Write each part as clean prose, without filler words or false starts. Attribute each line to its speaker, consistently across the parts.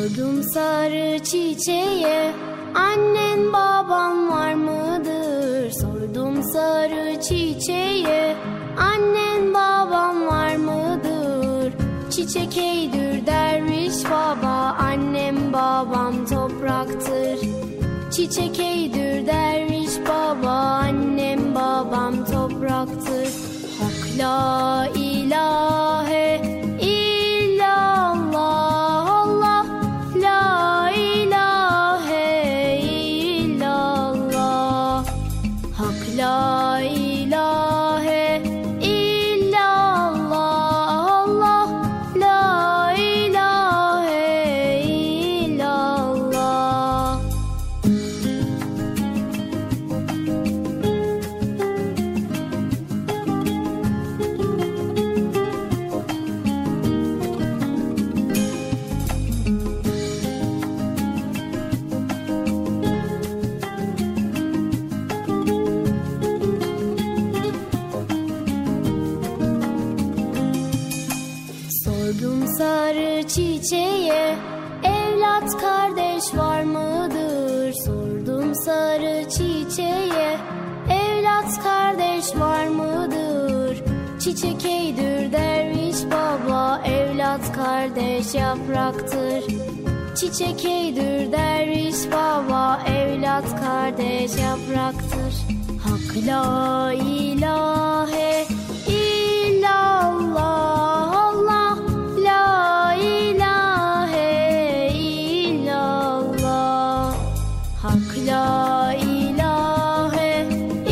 Speaker 1: Sordum sarı çiçeğe, annen baban var mıdır? Sordum sarı çiçeğe, annen baban var mıdır? Çiçek eydür derviş baba, annem babam topraktır. Çiçek eydür derviş baba, annem babam topraktır. Hak la ilahe illallah, Allah la ilahe illallah. Hak la ilahe illallah, Allah la ilahe illallah. Sordum sarı çiçeğe, evlat kardeş var mıdır? Sordum sarı çiçeğe, evlat kardeş var mıdır? Çiçek eydür derviş baba, evlat kardeş yapraktır. Çiçek eydür derviş baba, evlat kardeş yapraktır. Hak la ilahe illallah, Allah la ilahe illallah. Hak la ilahe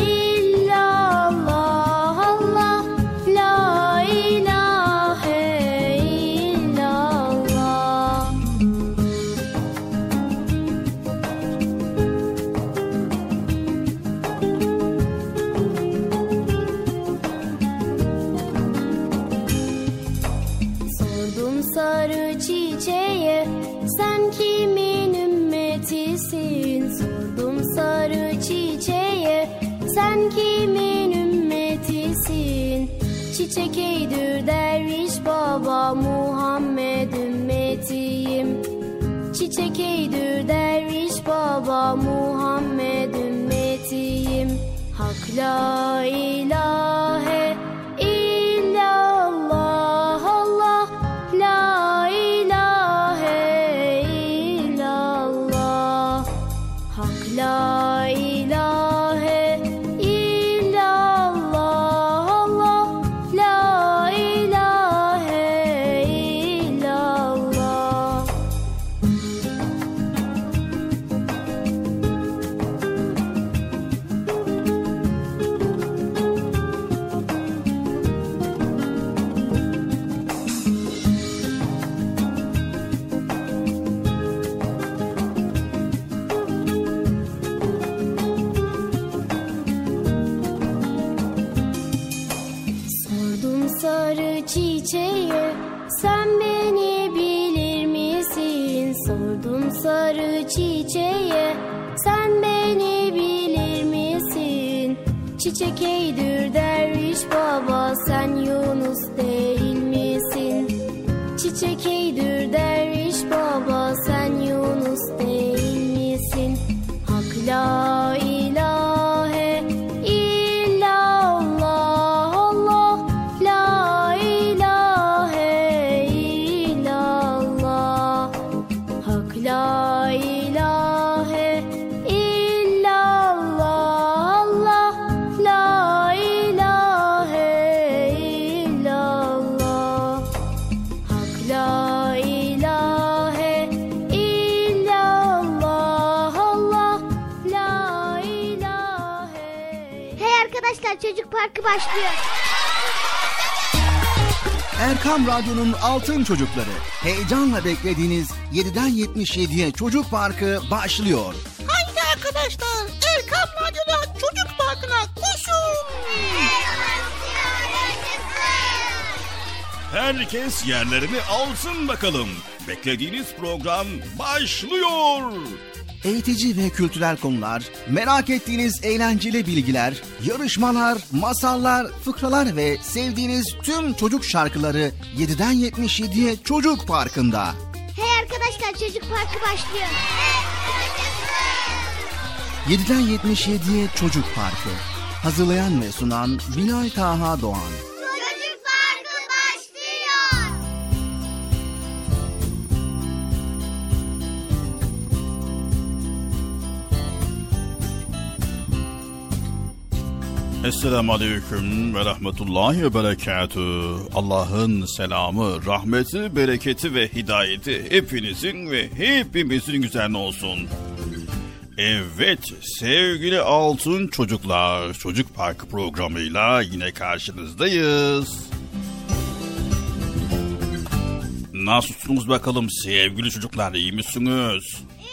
Speaker 1: illallah, Allah la ilahe illallah. Sordum sarı çiçeğe, sen kimin ümmetisin? Sordum sarı çiçeğe, sen kimin ümmetisin? Çiçek eydür derviş baba, Muhammed ümmetiyim. Çiçek eydür derviş baba, Muhammed ümmetiyim. Hak la ilahe illallah, Allah la ilahe illallah. Hak la ilahe illallah, Allah la ilahe illallah. Sordum sarı çiçeğe, sen beni bilir misin? Sordum sarı çiçeğe, sen beni bilir misin? Çiçek eydür derviş baba, sen Yunus değil misin? Çiçek eydür derviş baba, sen Yunus değil misin? Hak la ilahe illallah, Allah la ilahe illallah. Hak la ilahe illallah, Allah la ilahe illallah. Hak la ilahe illallah, Allah la ilahe.
Speaker 2: Hey arkadaşlar, Çocuk Parkı başlıyor.
Speaker 3: Erkam Radyo'nun Altın Çocukları. Heyecanla beklediğiniz 7'den 77'ye Çocuk Parkı başlıyor.
Speaker 4: Haydi arkadaşlar, Erkam Radyo'da Çocuk Parkı'na koşun.
Speaker 5: Herkes yerlerini alsın bakalım. Beklediğiniz program başlıyor.
Speaker 3: Eğitici ve kültürel konular, merak ettiğiniz eğlenceli bilgiler, yarışmalar, masallar, fıkralar ve sevdiğiniz tüm çocuk şarkıları 7'den 77'ye Çocuk Parkı'nda.
Speaker 2: Hey arkadaşlar, çocuk parkı başlıyor.
Speaker 3: 7'den 77'ye Çocuk Parkı. Hazırlayan ve sunan Bilal Taha Doğan.
Speaker 2: Çocuk parkı başlıyor.
Speaker 5: Esselamu Aleyküm ve Rahmetullahi ve Berekatüh. Allah'ın selamı, rahmeti, bereketi ve hidayeti hepinizin ve hepimizin üzerine olsun. Evet sevgili altın çocuklar, Çocuk Parkı programıyla yine karşınızdayız. Nasılsınız bakalım sevgili çocuklar, iyi misiniz?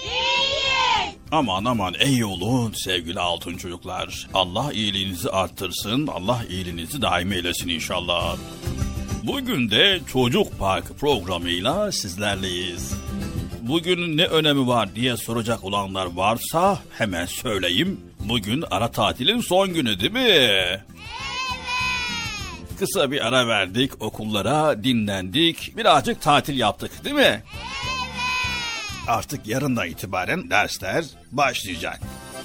Speaker 5: Aman iyi olun sevgili altın çocuklar. Allah iyiliğinizi arttırsın, Allah iyiliğinizi daim eylesin inşallah. Bugün de Çocuk Parkı programıyla sizlerleyiz. Bugün ne önemi var diye soracak olanlar varsa hemen söyleyeyim. Bugün ara tatilin son günü değil mi? Evet. Kısa bir ara verdik, okullara dinlendik, birazcık tatil yaptık değil mi? Evet. Artık yarından itibaren dersler başlayacak.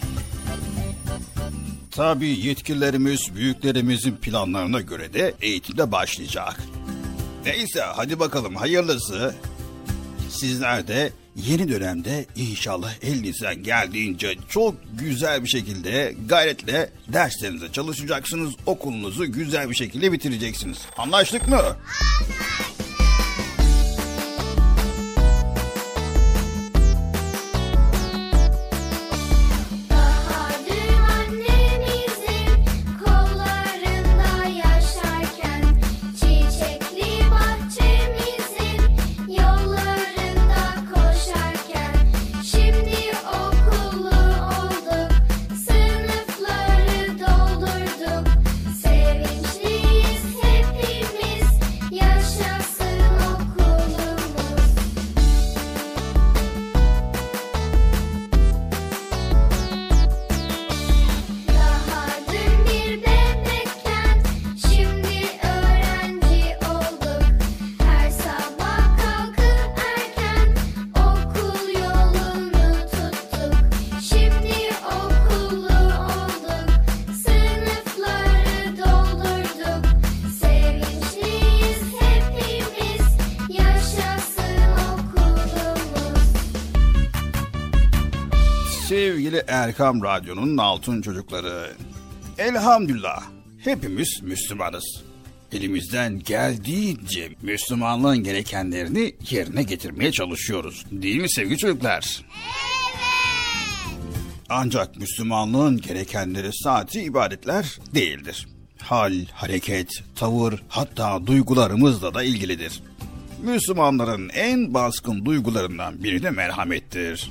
Speaker 5: Tabii yetkililerimiz, büyüklerimizin planlarına göre de eğitimde başlayacak. Neyse hadi bakalım hayırlısı. Sizler de yeni dönemde inşallah elinizden geldiğince çok güzel bir şekilde gayretle derslerinize çalışacaksınız. Okulunuzu güzel bir şekilde bitireceksiniz. Anlaştık mı? Sevgili Erkam Radyo'nun altın çocukları, elhamdülillah hepimiz Müslümanız. Elimizden geldiğince Müslümanlığın gerekenlerini yerine getirmeye çalışıyoruz. Değil mi sevgili çocuklar? Evet. Ancak Müslümanlığın gerekenleri sadece ibadetler değildir. Hal, hareket, tavır, hatta duygularımızla da ilgilidir. Müslümanların en baskın duygularından biri de merhamettir.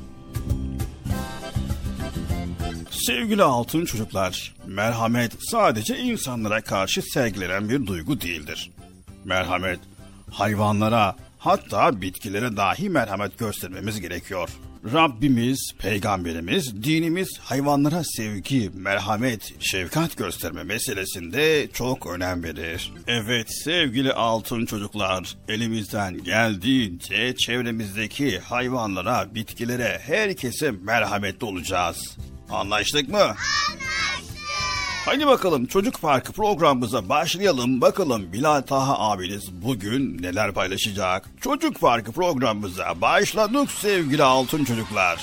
Speaker 5: Sevgili altın çocuklar, merhamet sadece insanlara karşı sergilenen bir duygu değildir. Merhamet, hayvanlara, hatta bitkilere dahi merhamet göstermemiz gerekiyor. Rabbimiz, peygamberimiz, dinimiz hayvanlara sevgi, merhamet, şefkat gösterme meselesinde çok önem verir. Evet sevgili altın çocuklar, elimizden geldiğince çevremizdeki hayvanlara, bitkilere, herkese merhametli olacağız. Anlaştık mı? Anlaştık. Hadi bakalım Çocuk Parkı programımıza başlayalım. Bakalım Bilal Taha abiniz bugün neler paylaşacak? Çocuk Parkı programımıza başladık sevgili altın çocuklar.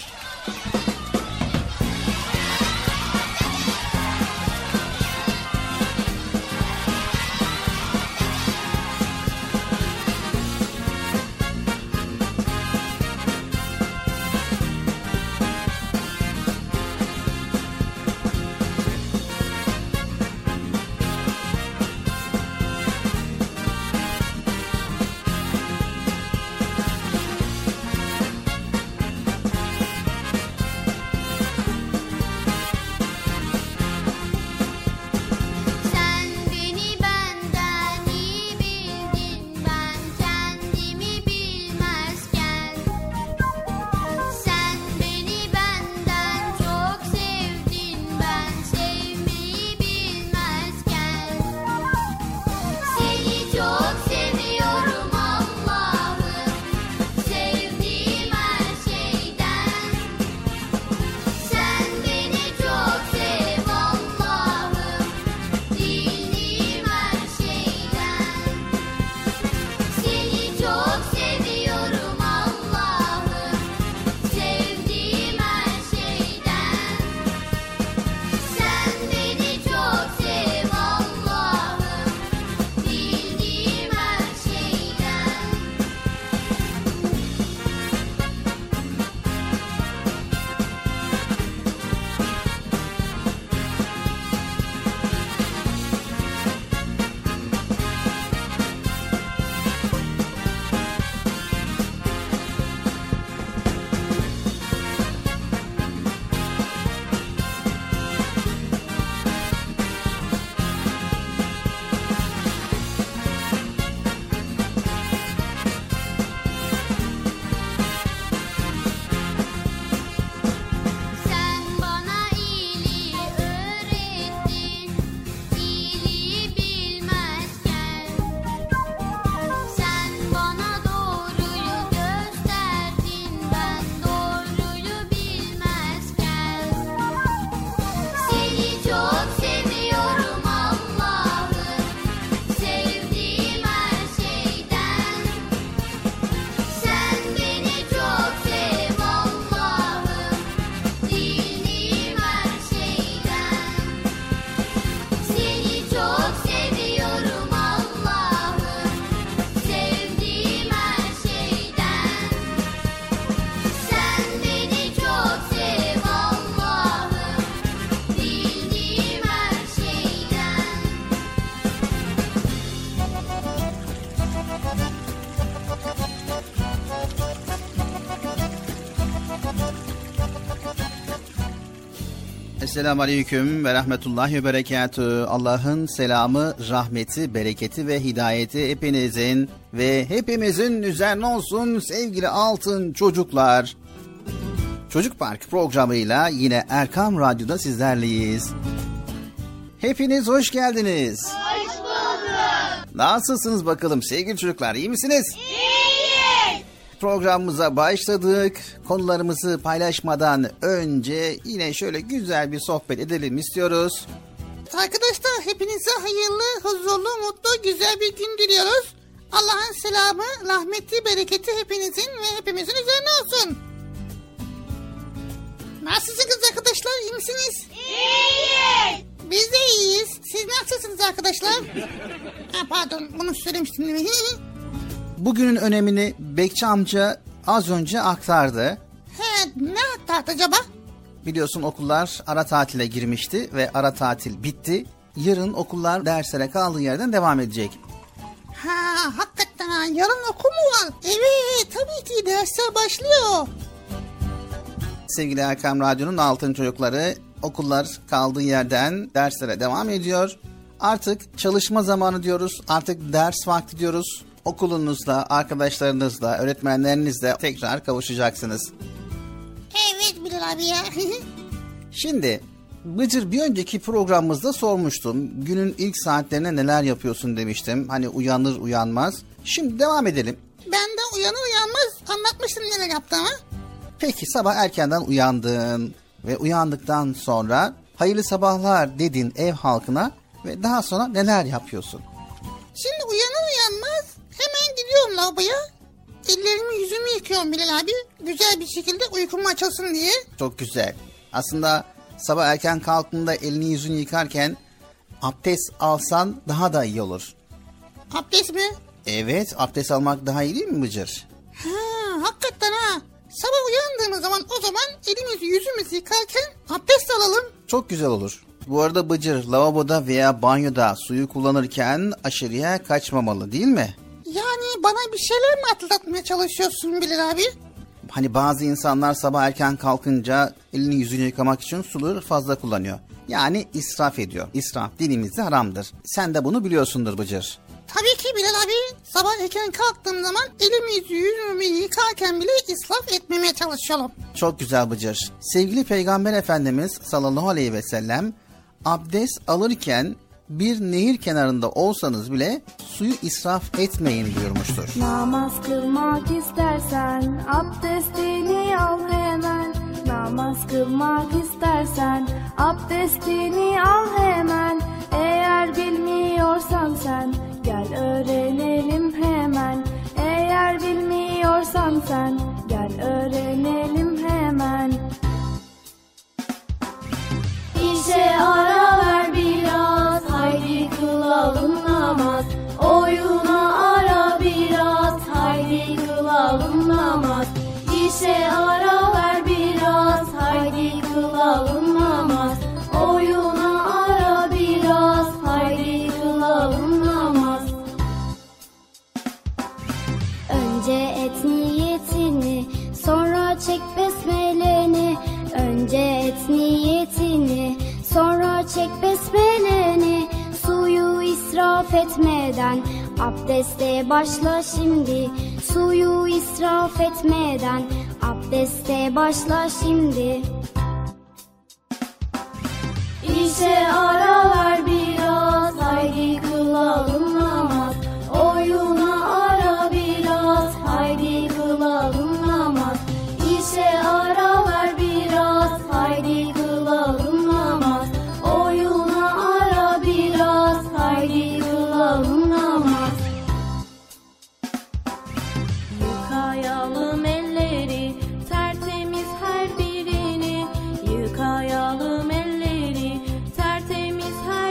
Speaker 3: Esselamu Aleyküm ve Rahmetullahi ve Berekatühü. Allah'ın selamı, rahmeti, bereketi ve hidayeti hepinizin ve hepimizin üzerine olsun sevgili altın çocuklar. Çocuk Park programıyla yine Erkam Radyo'da sizlerleyiz. Hepiniz hoş geldiniz.
Speaker 2: Hoş bulduk.
Speaker 3: Nasılsınız bakalım sevgili çocuklar, iyi misiniz?
Speaker 2: İyiyiz.
Speaker 3: Programımıza başladık. Konularımızı paylaşmadan önce yine şöyle güzel bir sohbet edelim istiyoruz.
Speaker 4: Arkadaşlar hepinize hayırlı, huzurlu, mutlu, güzel bir gün diliyoruz. Allah'ın selamı, rahmeti, bereketi hepinizin ve hepimizin üzerine olsun. Nasılsınız arkadaşlar, iyi misiniz?
Speaker 2: İyiyiz.
Speaker 4: Biz de iyiyiz. Siz nasılsınız arkadaşlar? Pardon, bunu söylemiştim değil mi?
Speaker 3: Bugünün önemini Bekçi amca az önce aktardı.
Speaker 4: Ne aktardı acaba?
Speaker 3: Biliyorsun okullar ara tatile girmişti ve ara tatil bitti. Yarın okullar derslere kaldığı yerden devam edecek.
Speaker 4: Hakikaten ha, yarın okul mu var? Evet, tabii ki dersler başlıyor.
Speaker 3: Sevgili Erkam Radyo'nun altın çocukları, okullar kaldığı yerden derslere devam ediyor. Artık çalışma zamanı diyoruz, artık ders vakti diyoruz. Okulunuzla, arkadaşlarınızla, öğretmenlerinizle tekrar kavuşacaksınız.
Speaker 4: Evet Bilal abi ya.
Speaker 3: Şimdi Bıcır, bir önceki programımızda sormuştum. Günün ilk saatlerine neler yapıyorsun demiştim. Hani uyanır uyanmaz. Şimdi devam edelim.
Speaker 4: Ben de uyanır uyanmaz anlatmıştım neler yaptığımı.
Speaker 3: Peki sabah erkenden uyandın ve uyandıktan sonra hayırlı sabahlar dedin ev halkına ve daha sonra neler yapıyorsun?
Speaker 4: Şimdi uyanır uyanmaz hemen gidiyorum lavaboya. Ellerimi yüzümü yıkıyorum Bilal abi. Güzel bir şekilde uykum açılsın diye.
Speaker 3: Çok güzel. Aslında sabah erken kalktığında elini yüzünü yıkarken abdest alsan daha da iyi olur.
Speaker 4: Abdest mi?
Speaker 3: Evet, abdest almak daha iyi değil mi Bıcır?
Speaker 4: Hakikaten ha. Sabah uyandığımız zaman o zaman elimizi yüzümüzü yıkarken abdest alalım.
Speaker 3: Çok güzel olur. Bu arada Bıcır, lavaboda veya banyoda suyu kullanırken aşırıya kaçmamalı değil mi?
Speaker 4: Yani bana bir şeyler mi atlatmaya çalışıyorsun Bilal abi?
Speaker 3: Hani bazı insanlar sabah erken kalkınca elini yüzünü yıkamak için suları fazla kullanıyor. Yani israf ediyor. İsraf dinimizde haramdır. Sen de bunu biliyorsundur Bıcır.
Speaker 4: Tabii ki Bilal abi. Sabah erken kalktığım zaman elimi yüzümü yıkarken bile israf etmemeye çalışalım.
Speaker 3: Çok güzel Bıcır. Sevgili Peygamber Efendimiz sallallahu aleyhi ve sellem abdest alırken bir nehir kenarında olsanız bile suyu israf etmeyin buyurmuştur.
Speaker 1: Namaz kılmak istersen abdestini al hemen. Namaz kılmak istersen abdestini al hemen. Eğer bilmiyorsan sen gel öğrenelim hemen. Eğer bilmiyorsan sen gel öğrenelim hemen. İşe ara ver biraz, haydi kılalım namaz. Oyuna ara biraz, haydi kılalım namaz. İşe ara ver biraz, haydi kılalım namaz. Oyuna ara biraz, haydi kılalım namaz. Önce et niyetini, sonra çek besmeleni. Önce et niyetini, sonra çek besmeleni. Suyu israf etmeden abdeste başla şimdi. Suyu israf etmeden abdeste başla şimdi. İşe ara ver biraz, haydi kılalım namaz. Oyuna ara biraz, haydi kılalım namaz. İşe ara ver biraz, haydi kılalım namaz. Oyuna ara biraz, haydi kılalım namaz. Yıkayalım elleri, tertemiz her birini. Yıkayalım elleri, tertemiz her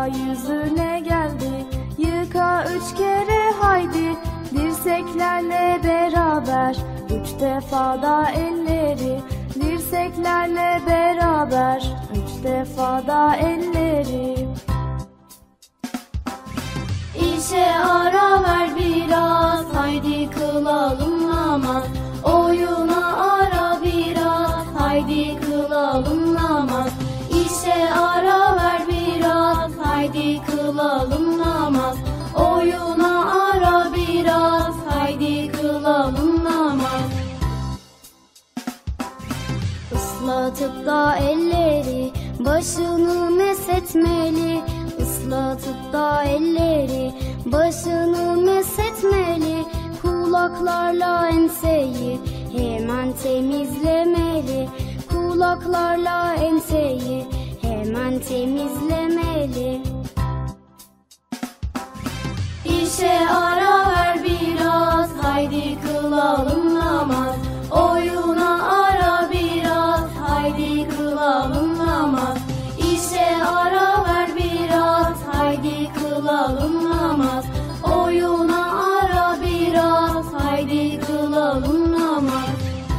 Speaker 1: yüzüne geldi. Yıka 3 kere haydi, dirseklerle beraber. 3 defa da elleri, dirseklerle beraber. 3 defa da elleri. İşe ara ver biraz, haydi kılalım namaz. Oyuna ara biraz, haydi kılalım namaz. İşe ara ver biraz, haydi kılalım namaz. Oyuna ara biraz, haydi kılalım namaz. Islatıp da elleri, başını mesetmeli. Islatıp da elleri, başını mesetmeli. Kulaklarla enseyi hemen temizlemeli. Kulaklarla enseyi hemen temizlemeli. İşe ara ver biraz, haydi kılalım namaz. Oyuna ara biraz, haydi kılalım namaz. İşe ara ver biraz, haydi kılalım namaz. Oyuna ara biraz, haydi kılalım namaz.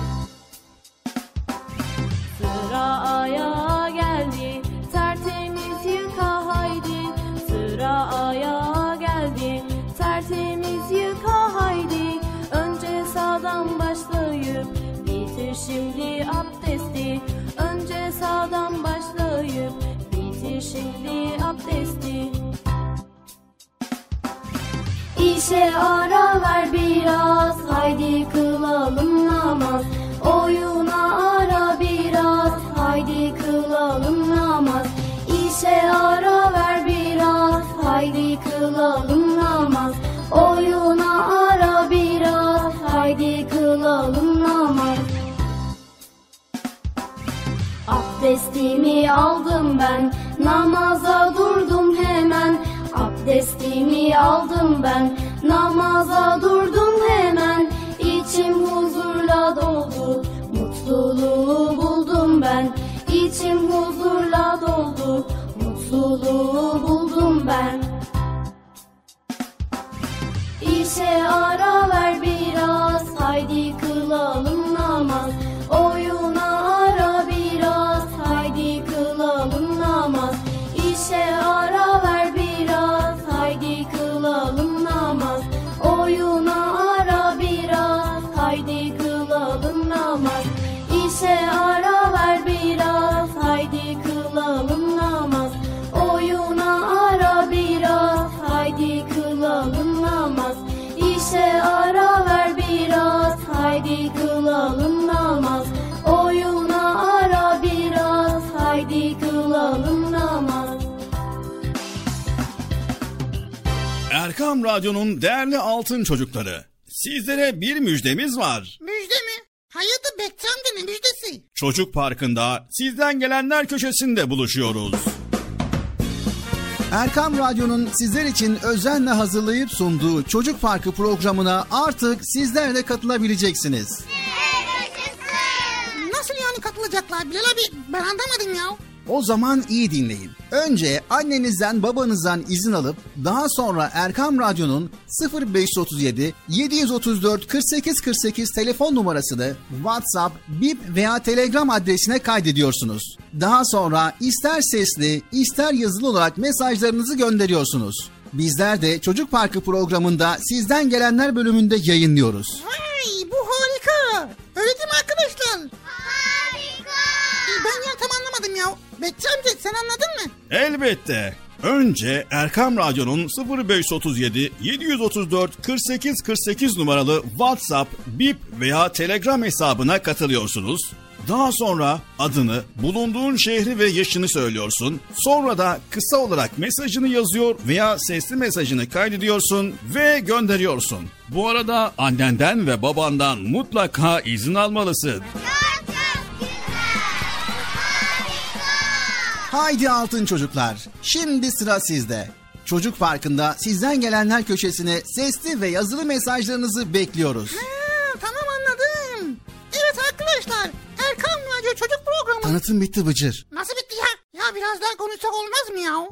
Speaker 1: Sıra ayağa geldi, tertemiz yıka haydi. Sıra ayağa geldi, tertemiz yıka haydi. Önce sağdan başlayıp bitir şimdi abdesti. Önce sağdan başlayıp bitir şimdi abdesti. İşe ara ver biraz, haydi kılalım namaz. Oyuna ara biraz, haydi kılalım namaz. İşe ara ver biraz, haydi kılalım namaz. Oyuna ara biraz, haydi kılalım namaz. Abdestimi aldım ben, namaza durdum hemen. Abdestimi aldım ben, namaza durdum hemen. İçim huzurla doldu, mutluluğu buldum ben. İçim huzurla doldu, mutluluğu buldum ben. İşe ara ver biraz, haydi kılalım namaz. Oyuna ara biraz, haydi kılalım namaz. İşe ara ver biraz, haydi kılalım namaz. Oyuna ara biraz, haydi kılalım namaz. İşe ara ver biraz, haydi kılalım namaz. Oyuna ara biraz, haydi kılalım namaz. İşe ara ver biraz, haydi kılalım namaz. Oyuna ara biraz, haydi kılalım namaz.
Speaker 5: Erkam Radyo'nun değerli altın çocukları, sizlere bir müjdemiz var.
Speaker 4: Müjde mi? Hayırdır Bekçi amca, ne müjdesi?
Speaker 5: Çocuk Parkı'nda sizden gelenler köşesinde buluşuyoruz.
Speaker 3: Erkam Radyo'nun sizler için özenle hazırlayıp sunduğu Çocuk Parkı programına artık sizler de katılabileceksiniz.
Speaker 4: Nasıl yani katılacaklar Bilal abi? Ben anlamadım ya.
Speaker 3: O zaman iyi dinleyin. Önce annenizden babanızdan izin alıp daha sonra Erkam Radyo'nun 0537 734 48 48 telefon numarasını WhatsApp, Bip veya Telegram adresine kaydediyorsunuz. Daha sonra ister sesli ister yazılı olarak mesajlarınızı gönderiyorsunuz. Bizler de Çocuk Parkı programında sizden gelenler bölümünde yayınlıyoruz.
Speaker 4: Vay, bu harika. Öyle değil mi arkadaşlar?
Speaker 2: Harika.
Speaker 4: Ben ya tam anlamadım ya. Bekçi amca sen anladın mı?
Speaker 5: Elbette. Önce Erkam Radyo'nun 0537 734 48 48 numaralı WhatsApp, Bip veya Telegram hesabına katılıyorsunuz. Daha sonra adını, bulunduğun şehri ve yaşını söylüyorsun. Sonra da kısa olarak mesajını yazıyor veya sesli mesajını kaydediyorsun ve gönderiyorsun. Bu arada annenden ve babandan mutlaka izin almalısın.
Speaker 3: Haydi altın çocuklar, şimdi sıra sizde. Çocuk Parkı'nda sizden gelenler köşesine sesli ve yazılı mesajlarınızı bekliyoruz.
Speaker 4: Tamam anladım. Evet arkadaşlar, Erkam Radyo Çocuk Programı.
Speaker 3: Tanıtım bitti Bıcır.
Speaker 4: Nasıl bitti ya? Ya biraz daha konuşsak olmaz mı ya?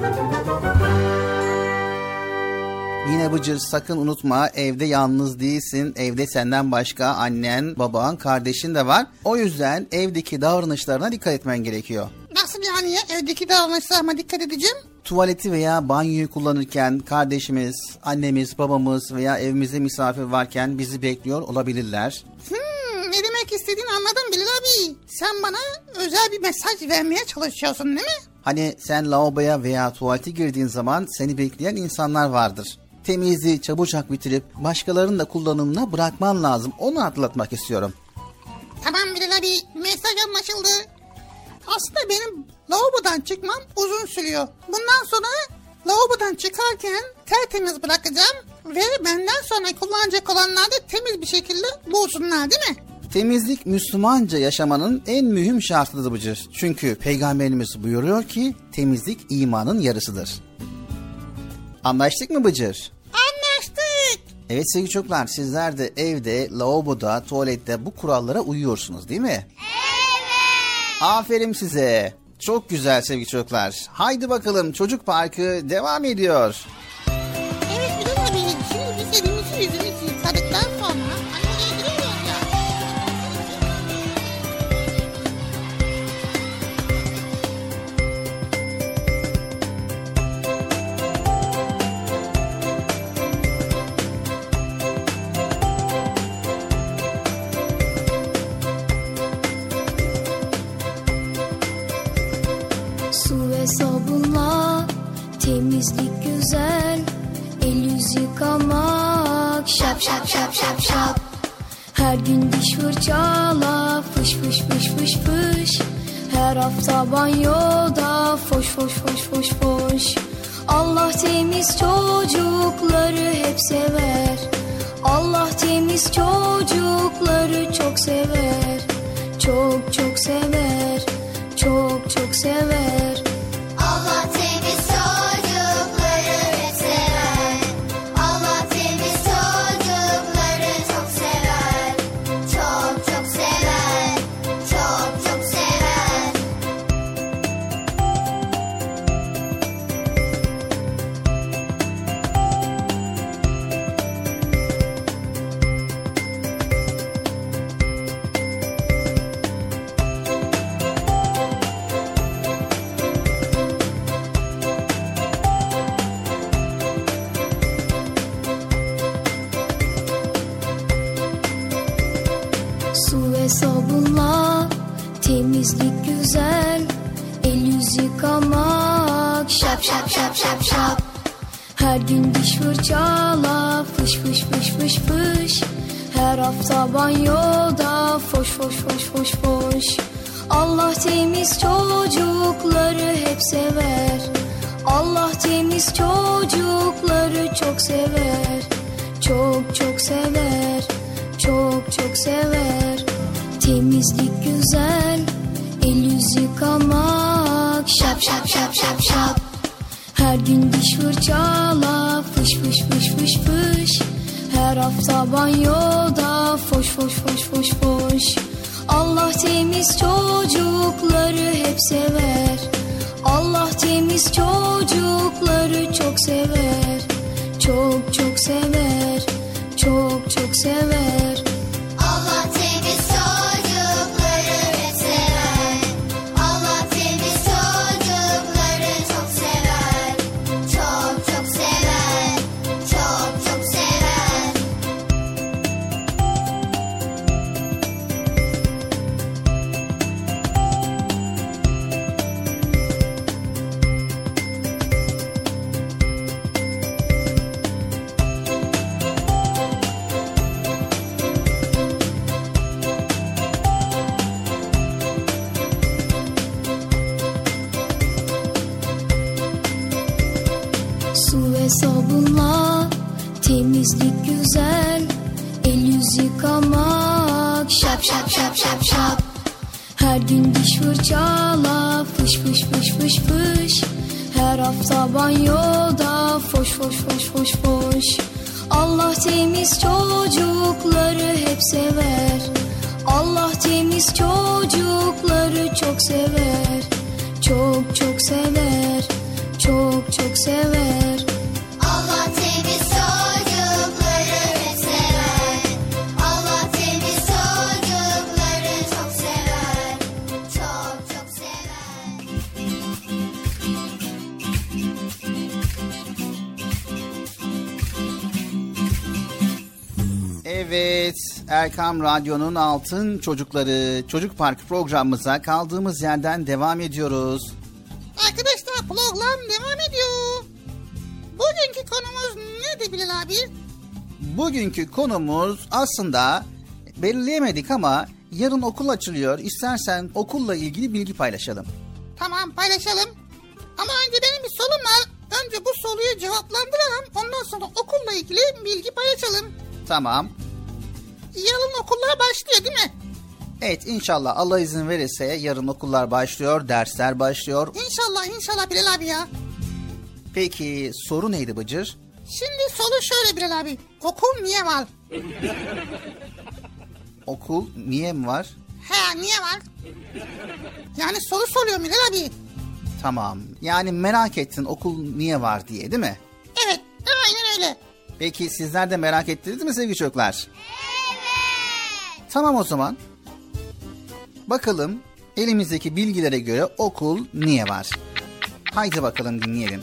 Speaker 3: Yine Bıcır, sakın unutma, evde yalnız değilsin. Evde senden başka annen, baban, kardeşin de var. O yüzden evdeki davranışlarına dikkat etmen gerekiyor.
Speaker 4: Nasıl yani ya? Evdeki davranışlarıma dikkat edeceğim.
Speaker 3: Tuvaleti veya banyoyu kullanırken kardeşimiz, annemiz, babamız veya evimizde misafir varken bizi bekliyor olabilirler.
Speaker 4: Ne demek istediğini anladım Bilal abi. Sen bana özel bir mesaj vermeye çalışıyorsun değil mi?
Speaker 3: Hani sen lavaboya veya tuvalete girdiğin zaman seni bekleyen insanlar vardır. Temizliği çabucak bitirip başkalarının da kullanımına bırakman lazım. Onu hatırlatmak istiyorum.
Speaker 4: Tamam Bilal abi, mesaj anlaşıldı. Aslında benim lavabodan çıkmam uzun sürüyor. Bundan sonra lavabodan çıkarken tertemiz bırakacağım ve benden sonra kullanacak olanlar da temiz bir şekilde bulsunlar değil mi?
Speaker 3: Temizlik Müslümanca yaşamanın en mühim şartıdır Bıcır. Çünkü Peygamberimiz buyuruyor ki temizlik imanın yarısıdır. Anlaştık mı Bıcır?
Speaker 4: Anlaştık.
Speaker 3: Evet sevgili çocuklar, sizler de evde, lavaboda, tuvalette bu kurallara uyuyorsunuz değil mi?
Speaker 2: Evet.
Speaker 3: Aferin size. Çok güzel sevgili çocuklar. Haydi bakalım, Çocuk Parkı devam ediyor.
Speaker 4: Evet Bilal abi, şimdi biz elimizi yüzümüzü yıkadıktan sonra anneye giriyoruz ya.
Speaker 1: Su ve sabunla temizlik güzel, el yüz yıkamak şap şap şap şap şap. Her gün diş fırçala fış fış fış fış fış. Her hafta banyoda foş foş foş foş foş. Allah temiz çocukları hep sever. Allah temiz çocukları çok sever. Çok çok sever. Çok çok sever.
Speaker 2: Allah temiz çocukları hep sever. Allah temiz çocukları çok sever. Çok çok sever. Çok çok sever.
Speaker 1: Su ve sabunla temizlik güzel, el yüz yıkamak şap şap şap şap şap. Her gün diş fırçala fış fış fış fış fış. Her hafta banyoda foş foş foş foş foş. Allah temiz çocukları hep sever. Allah temiz çocukları çok sever. Çok çok sever. Çok çok sever. Temizlik güzel, el yüz yıkamak şap şap şap şap şap. Her gün diş fırçala fış fış fış fış fış. Her hafta banyoda foş foş foş foş foş. Allah temiz çocukları hep sever. Allah temiz çocukları çok sever. Çok çok sever. Çok çok sever.
Speaker 2: Allah temiz çocukları hep sever. Allah temiz çocukları çok sever. Çok çok sever. Çok çok sever.
Speaker 1: Su ve sabunla temizlik güzel, el yüz yıkamak şap şap şap şap şap. Her gün diş fırçala fış fış fış fış fış. Her hafta banyoda foş foş foş foş foş. Allah temiz çocukları hep sever. Allah temiz çocukları çok sever. çok çok sever, çok çok sever.
Speaker 2: Allah temiz çocukları hep sever. Allah temiz çocukları çok sever. Çok çok sever.
Speaker 3: Evet, Erkam Radyo'nun Altın Çocukları Çocuk Park programımıza kaldığımız yerden devam ediyoruz.
Speaker 4: Arkadaşlar program devam ediyor. Bugünkü konumuz nedir Bilal abi?
Speaker 3: Bugünkü konumuz aslında belirleyemedik ama yarın okul açılıyor. İstersen okulla ilgili bilgi paylaşalım.
Speaker 4: Tamam, paylaşalım. Ama önce benim bir sorum var. Önce bu soruyu cevaplandıralım. Ondan sonra okulla ilgili bilgi paylaşalım.
Speaker 3: Tamam.
Speaker 4: Yarın okullar başlıyor değil mi?
Speaker 3: Evet, inşallah Allah izin verirse yarın okullar başlıyor, dersler başlıyor.
Speaker 4: İnşallah Bilal abi ya.
Speaker 3: Peki soru neydi Bıcır?
Speaker 4: Şimdi soru şöyle Bilal abi. Okul niye var?
Speaker 3: Okul niye mi var?
Speaker 4: He, niye var? Yani soru soruyorum Bilal abi.
Speaker 3: Tamam. Yani merak ettin okul niye var diye, değil mi?
Speaker 4: Evet, aynen öyle.
Speaker 3: Peki sizler de merak ettiniz mi sevgili çocuklar? Evet. Tamam o zaman. Bakalım elimizdeki bilgilere göre okul niye var? Haydi bakalım dinleyelim.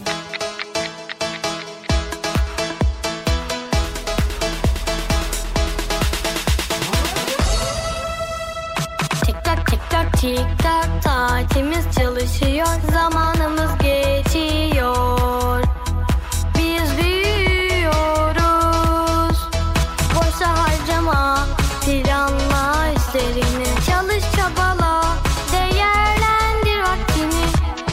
Speaker 6: Tik tak tik tak tik tak, saatimiz çalışıyor, zamanımız geçiyor. Biz büyüyoruz. Boşa harcama, planla işlerini, çalış çabala, değerlendir vaktini.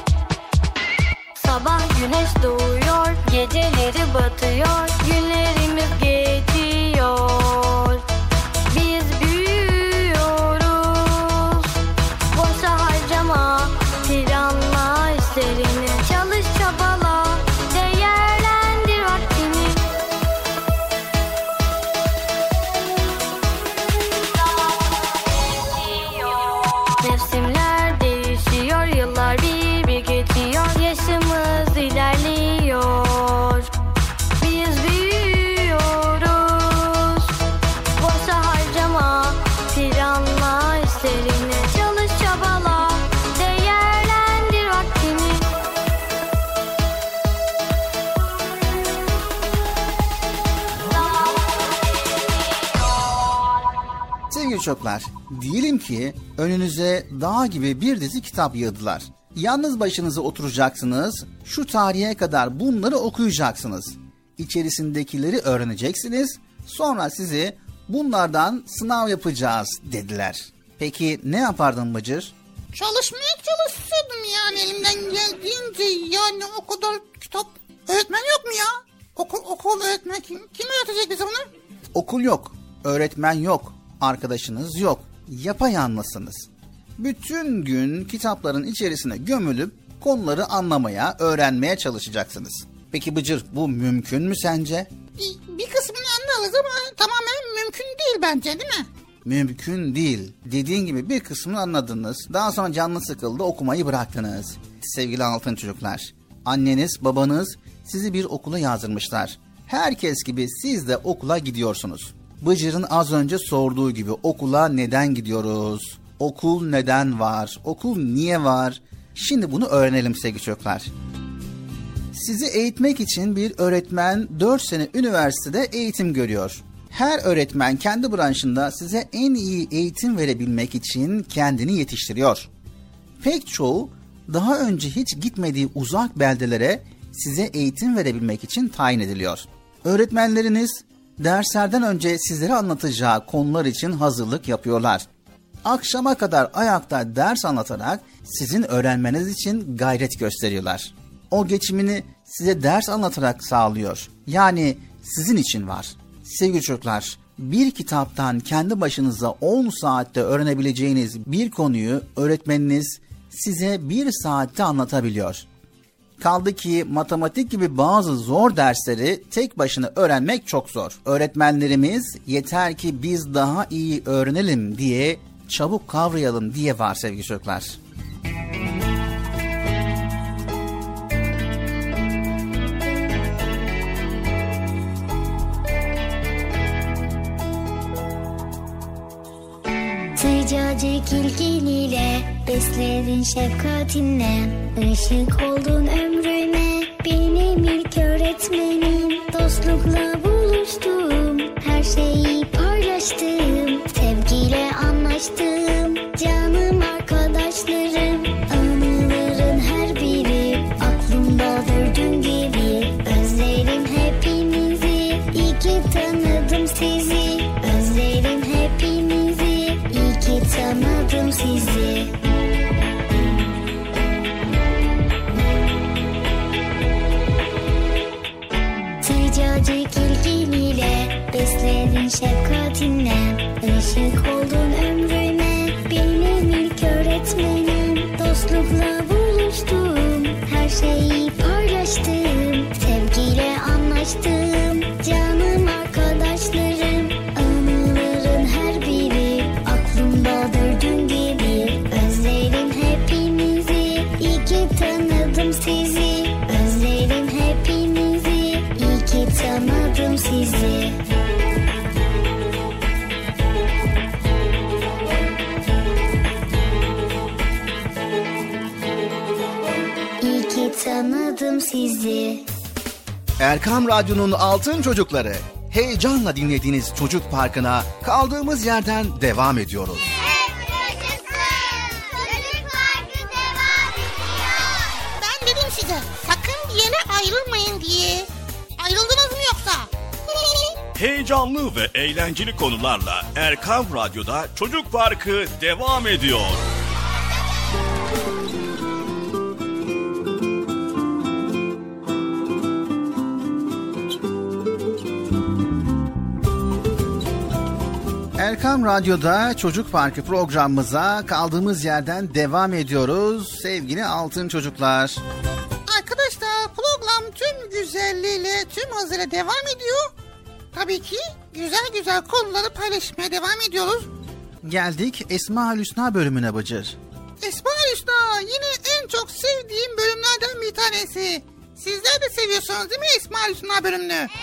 Speaker 6: Sabah güneş doğuyor, geceleri batıyor, günlerimiz geçiyor. Biz büyüyoruz. Boşa harcama, planla işlerini, çalış çabala, değerlendir vaktini. Mevsimler değişiyor, yıllar bir bir geçiyor, yaşımız ilerliyor. Biz büyüyoruz. Boşa harcama, planla işlerini, çalış çabala, değerlendir vaktini.
Speaker 3: Sevgili çocuklar, diyelim ki önünüze dağ gibi bir dizi kitap yığdılar. Yalnız başınıza oturacaksınız, şu tarihe kadar bunları okuyacaksınız. İçerisindekileri öğreneceksiniz, sonra sizi bunlardan sınav yapacağız dediler. Peki ne yapardın Bıcır?
Speaker 4: Çalışmaya çalışıyordum yani elimden geldiğince. Yani o kadar kitap. Öğretmen yok mu ya? Okul öğretmen kim öğretecek bize bunu?
Speaker 3: Okul yok, öğretmen yok, arkadaşınız yok, yapayalnızsınız. Bütün gün kitapların içerisine gömülüp konuları anlamaya, öğrenmeye çalışacaksınız. Peki Bıcır, bu mümkün mü sence?
Speaker 4: Bir kısmını anlarız ama tamamen mümkün değil bence, değil mi?
Speaker 3: Mümkün değil. Dediğin gibi bir kısmını anladınız. Daha sonra canınız sıkıldı, okumayı bıraktınız. Sevgili altın çocuklar, anneniz, babanız sizi bir okula yazdırmışlar. Herkes gibi siz de okula gidiyorsunuz. Bıcır'ın az önce sorduğu gibi okula neden gidiyoruz? Okul neden var? Okul niye var? Şimdi bunu öğrenelim sevgili çocuklar. Sizi eğitmek için bir öğretmen 4 sene üniversitede eğitim görüyor. Her öğretmen kendi branşında size en iyi eğitim verebilmek için kendini yetiştiriyor. Pek çoğu daha önce hiç gitmediği uzak beldelere size eğitim verebilmek için tayin ediliyor. Öğretmenleriniz derslerden önce sizlere anlatacağı konular için hazırlık yapıyorlar. Akşama kadar ayakta ders anlatarak sizin öğrenmeniz için gayret gösteriyorlar. O geçimini size ders anlatarak sağlıyor. Yani sizin için var. Sevgili çocuklar, bir kitaptan kendi başınıza 10 saatte öğrenebileceğiniz bir konuyu öğretmeniniz size 1 saatte anlatabiliyor. Kaldı ki matematik gibi bazı zor dersleri tek başına öğrenmek çok zor. Öğretmenlerimiz yeter ki biz daha iyi öğrenelim diye, çabuk kavrayalım diye var sevgili çocuklar.
Speaker 1: Sıcacık ilgiliyle besledin şefkatinle. Işık oldun ömrüme benim ilk öğretmenim. Dostlukla buluştum, her şeyi paylaştım. Sevgiyle anlaştım, canım arkadaşlarım. Anıların her biri aklımdadır dün gibi. Özlerim hepinizi, iyi ki tanıdım sizi. Özlerim hepinizi, iyi ki tanıdım sizi. Sıcacık ilgiliyle besledin şefkatinle. Işık oldun ömrüme benim ilk öğretmenim. Dostlukla buluştum, her şeyi paylaştım. Sevgiyle anlaştım, canım arkadaşlarım. Anıların her biri aklımdadır dün gibi. Özlerim hepinizi, iyi ki tanıdım sizi. Özlerim hepinizi, iyi ki tanıdım sizi. İyi ki tanıdım sizi.
Speaker 3: Erkam Radyo'nun Altın Çocukları. Heyecanla dinlediğiniz Çocuk Parkı'na kaldığımız yerden devam ediyoruz.
Speaker 4: Ben dedim size sakın bir yere ayrılmayın diye. Ayrıldınız mı yoksa?
Speaker 5: Heyecanlı ve eğlenceli konularla Erkam Radyo'da Çocuk Parkı devam ediyor.
Speaker 3: Erkam Radyo'da Çocuk Parkı programımıza kaldığımız yerden devam ediyoruz sevgili altın çocuklar.
Speaker 4: Arkadaşlar program tüm güzelliğiyle, tüm hızıyla devam ediyor. Tabii ki güzel güzel konuları paylaşmaya devam ediyoruz.
Speaker 3: Geldik Esma-ül Hüsna bölümüne Bıcır.
Speaker 4: Esma-ül Hüsna yine en çok sevdiğim bölümlerden bir tanesi. Sizler de seviyorsunuz değil mi Esma-ül Hüsna bölümünü?
Speaker 2: Evet.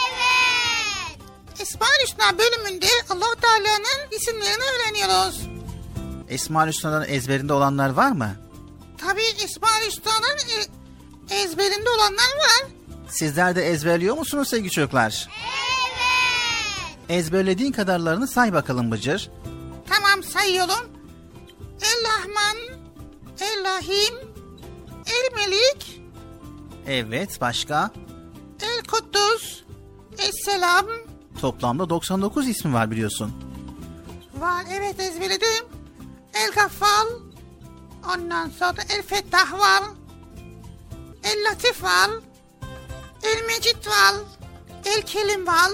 Speaker 4: Esma-ül Hüsna bölümünde Allah-u Teala'nın isimlerini öğreniyoruz.
Speaker 3: Esma-ül Hüsna'dan ezberinde olanlar var mı?
Speaker 4: Tabii Esma-ül Hüsna'nın ezberinde olanlar var.
Speaker 3: Sizler de ezberliyor musunuz sevgili çocuklar?
Speaker 2: Evet.
Speaker 3: Ezberlediğin kadarlarını say bakalım Bıcır.
Speaker 4: Tamam sayıyorum. El-Rahman, El-Rahim, El-Melik,
Speaker 3: Evet, başka?
Speaker 4: El-Kuddus, Es-Selam.
Speaker 3: Toplamda 99 ismi var biliyorsun.
Speaker 4: Var, evet ezberledim. El-Gaffal, ondan sonra El-Fettah var. El-Latif var. El-Mecid var. El-Kelim var.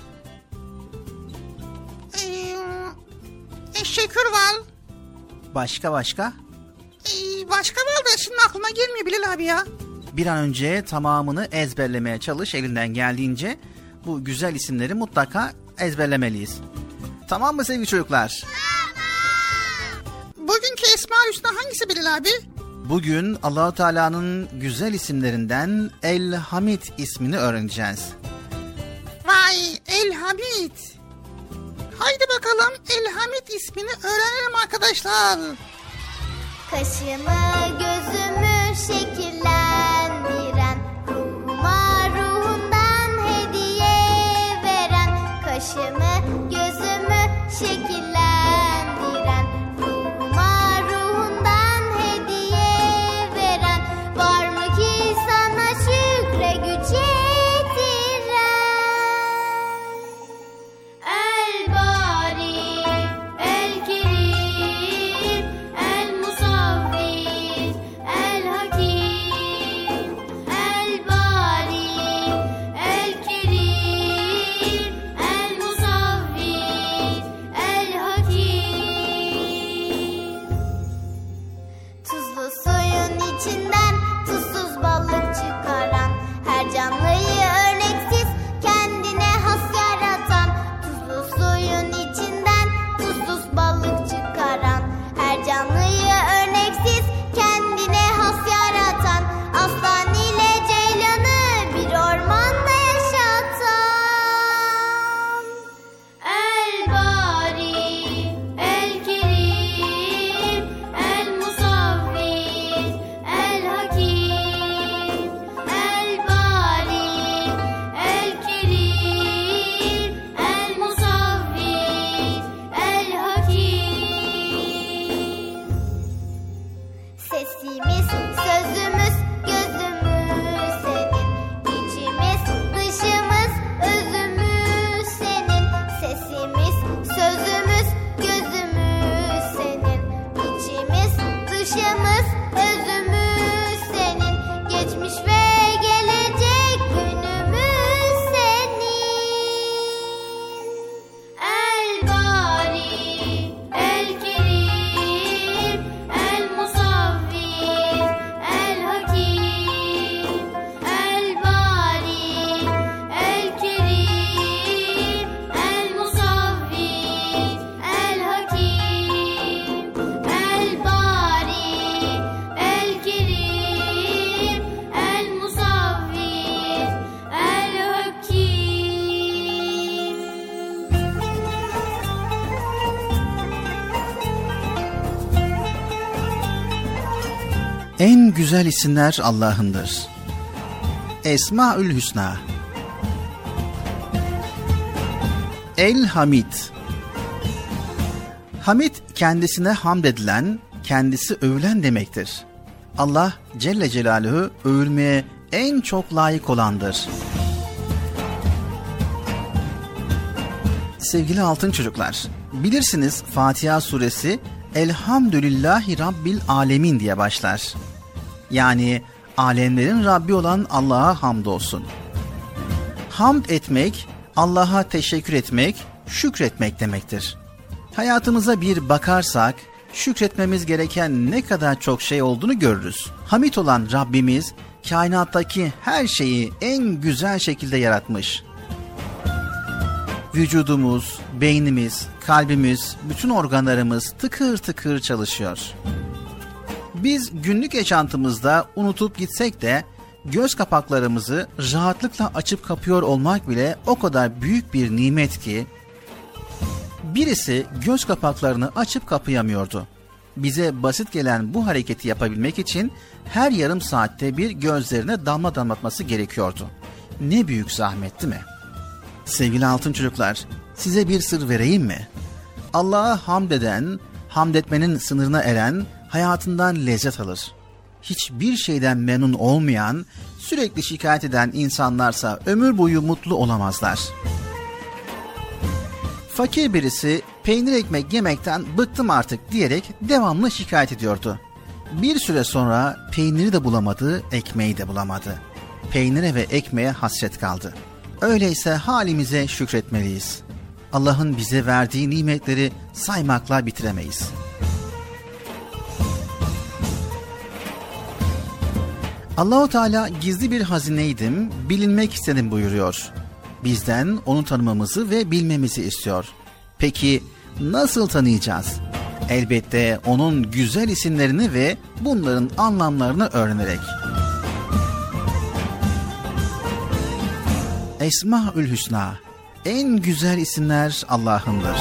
Speaker 4: El-Şekür var.
Speaker 3: Başka?
Speaker 4: Başka var da şimdi aklıma gelmiyor Bilal abi ya.
Speaker 3: Bir an önce tamamını ezberlemeye çalış elinden geldiğince. Bu güzel isimleri mutlaka ezberlemeliyiz. Tamam mı sevgili çocuklar?
Speaker 4: Bugünkü Esma-ül Hüsna hangisi Bilal abi?
Speaker 3: Bugün Allah-u Teala'nın güzel isimlerinden El-Hamid ismini öğreneceğiz.
Speaker 4: Vay El-Hamid. Haydi bakalım El-Hamid ismini öğrenelim arkadaşlar.
Speaker 2: Kaşımı gözümü şekillendiren, ruhuma ruhundan hediye veren. Kaşımı gözümü şekillendiren, ruhuma ruhundan hediye veren. Var mı ki sana şükre güç yetiren? El-Bari, El-Kerim, El-Musavvir, Sesimiz, sözümüz, gözümüz senin. İçimiz, dışımız, özümüz senin. Sesimiz, sözümüz, gözümüz senin. İçimiz, dışımız, özümüz senin. Geçmiş ve gelecek günümüz senin. El Bari, El Kerim, El Musavvir, El Hakim. El Bari, El Kerim, El Musavvir, El Hakim. El Bari, El Kerim, El Musavvir, El Hakim.
Speaker 3: En güzel isimler Allah'ındır. Esmaül Hüsna. El Hamid. Hamid kendisine hamd edilen, kendisi övülen demektir. Allah Celle Celaluhu övülmeye en çok layık olandır. Sevgili altın çocuklar, bilirsiniz Fatiha suresi Elhamdülillahi Rabbil Alemin diye başlar. Yani alemlerin Rabbi olan Allah'a hamdolsun. Hamd etmek, Allah'a teşekkür etmek, şükretmek demektir. Hayatımıza bir bakarsak, şükretmemiz gereken ne kadar çok şey olduğunu görürüz. Hamid olan Rabbimiz, kainattaki her şeyi en güzel şekilde yaratmış. Vücudumuz, beynimiz, kalbimiz, bütün organlarımız tıkır tıkır çalışıyor. Biz günlük yaşantımızda unutup gitsek de göz kapaklarımızı rahatlıkla açıp kapıyor olmak bile o kadar büyük bir nimet ki birisi göz kapaklarını açıp kapayamıyordu. Bize basit gelen bu hareketi yapabilmek için her yarım saatte bir gözlerine damla damlatması gerekiyordu. Ne büyük zahmet değil mi? Sevgili altın çocuklar, size bir sır vereyim mi? Allah'a hamd eden, hamd etmenin sınırına eren hayatından lezzet alır. Hiçbir şeyden memnun olmayan, sürekli şikayet eden insanlarsa ömür boyu mutlu olamazlar. Fakir birisi peynir ekmek yemekten bıktım artık diyerek devamlı şikayet ediyordu. Bir süre sonra peyniri de bulamadı, ekmeği de bulamadı. Peynire ve ekmeğe hasret kaldı. Öyleyse halimize şükretmeliyiz. Allah'ın bize verdiği nimetleri saymakla bitiremeyiz. Allah-u Teala gizli bir hazineydim, bilinmek istedim buyuruyor. Bizden onu tanımamızı ve bilmemizi istiyor. Peki nasıl tanıyacağız? Elbette onun güzel isimlerini ve bunların anlamlarını öğrenerek. Esmaül Hüsna, en güzel isimler Allah'ındır.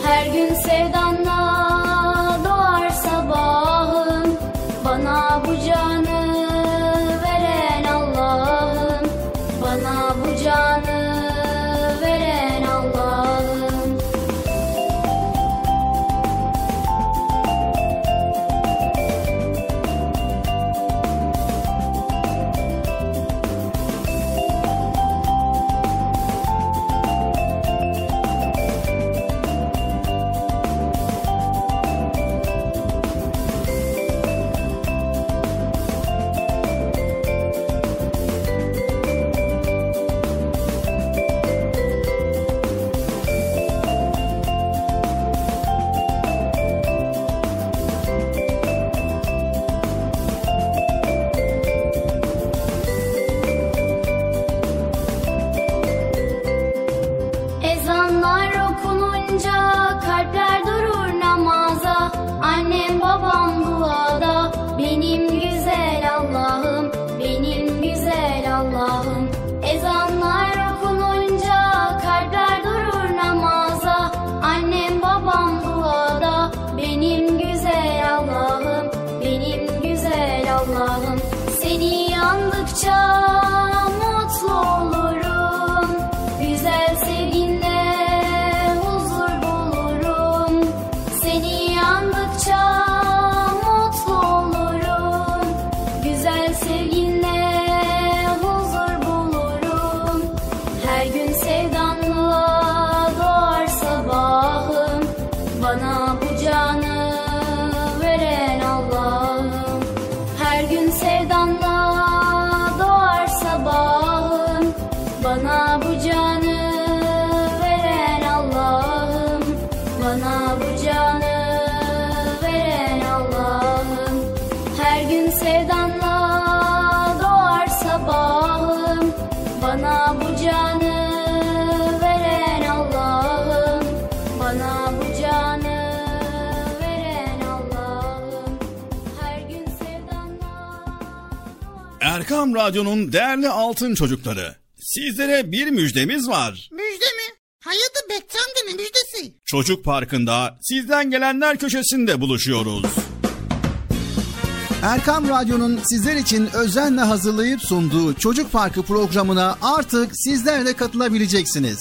Speaker 2: Her gün sevdanla doğar sabahım. Bana bu canı veren Allah'ım. Bana bu canı veren Allah'ım. Ezanlar okununca kalpler durur namaza. Annem babam duada. Benim güzel Allah'ım, benim güzel Allah'ım. Ezanlar okununca kalpler durur namaza. Annem babam duada. Benim güzel Allah'ım, benim güzel Allah'ım. Seni andıkça mutlu olurum. Güzel sevginle huzur bulurum. Seni andıkça mutlu olurum. Güzel sevginle huzur bulurum. Her gün sevdanla doğar sabahım. Bana bu canı veren Allah'ım. Her gün sevdanla doğar sabahım. Bana bu canı veren Allah'ım. Bana bu canı veren Allah'ım. Her gün sevdanla doğar sabahım. Bana bu canı veren Allah'ım. Bana bu canı veren Allah'ım. Her gün sevdanla doğar.
Speaker 5: Erkam Radyo'nun değerli altın çocukları, sizlere bir müjdemiz var.
Speaker 4: Müjde mi? Hayırdır Bekçi amca, ne müjdesi?
Speaker 5: Çocuk Parkı'nda sizden gelenler köşesinde buluşuyoruz.
Speaker 3: Erkam Radyo'nun sizler için özenle hazırlayıp sunduğu Çocuk Parkı programına artık sizler de katılabileceksiniz.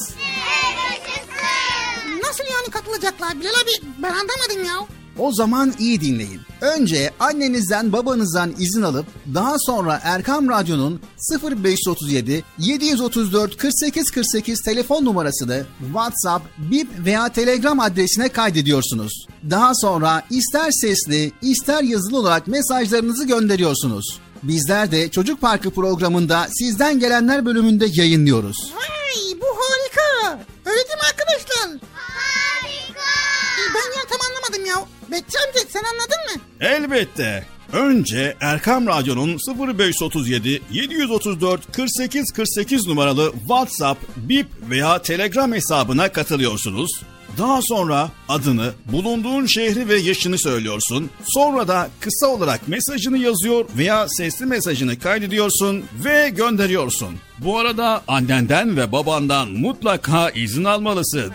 Speaker 4: Nasıl yani katılacaklar Bilal abi? Ben anlamadım ya.
Speaker 3: O zaman iyi dinleyin. Önce annenizden babanızdan izin alıp daha sonra Erkam Radyo'nun 0537 734 48 48 telefon numarasını WhatsApp, Bip veya Telegram adresine kaydediyorsunuz. Daha sonra ister sesli ister yazılı olarak mesajlarınızı gönderiyorsunuz. Bizler de Çocuk Parkı programında sizden gelenler bölümünde yayınlıyoruz.
Speaker 4: Vay, bu harika. Öyle değil mi arkadaşlar?
Speaker 2: Harika.
Speaker 4: Ben ya tam anlamadım ya. Bekçi amca sen anladın mı?
Speaker 5: Elbette. Önce Erkam Radyo'nun 0537 734 48 48 numaralı WhatsApp, Bip veya Telegram hesabına katılıyorsunuz. Daha sonra adını, bulunduğun şehri ve yaşını söylüyorsun. Sonra da kısa olarak mesajını yazıyor veya sesli mesajını kaydediyorsun ve gönderiyorsun. Bu arada annenden ve babandan mutlaka izin almalısın.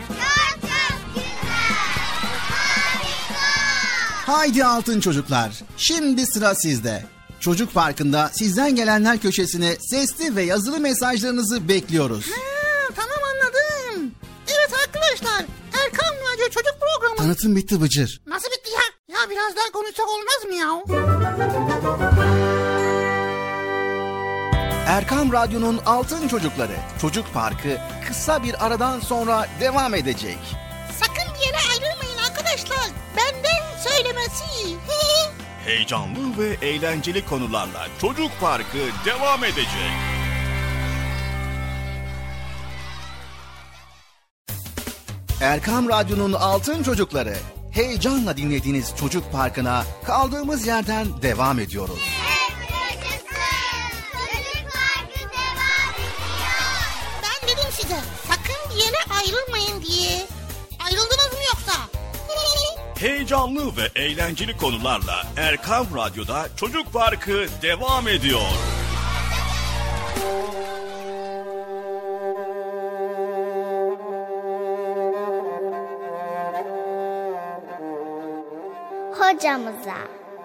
Speaker 3: Haydi altın çocuklar, şimdi sıra sizde. Çocuk Parkı'nda sizden gelenler köşesine sesli ve yazılı mesajlarınızı bekliyoruz.
Speaker 4: Tamam anladım. Evet arkadaşlar, Erkam Radyo Çocuk Programı.
Speaker 3: Tanıtım bitti Bıcır.
Speaker 4: Nasıl bitti ya? Ya biraz daha konuşsak olmaz mı ya?
Speaker 3: Erkam Radyo'nun altın çocukları. Çocuk Parkı kısa bir aradan sonra devam edecek.
Speaker 4: Sakın bir yere ayrılmayın arkadaşlar. Benden söylemesi.
Speaker 5: Heyecanlı ve eğlenceli konularla Çocuk Parkı devam edecek.
Speaker 3: Erkam Radyo'nun altın çocukları. Heyecanla dinlediğiniz Çocuk Parkı'na kaldığımız yerden devam ediyoruz.
Speaker 4: Ben dedim size sakın bir yere ayrılmayın diye. Ayrıldınız mı yoksa?
Speaker 5: Heyecanlı ve eğlenceli konularla Erkam Radyo'da Çocuk Parkı devam ediyor.
Speaker 7: hocamıza.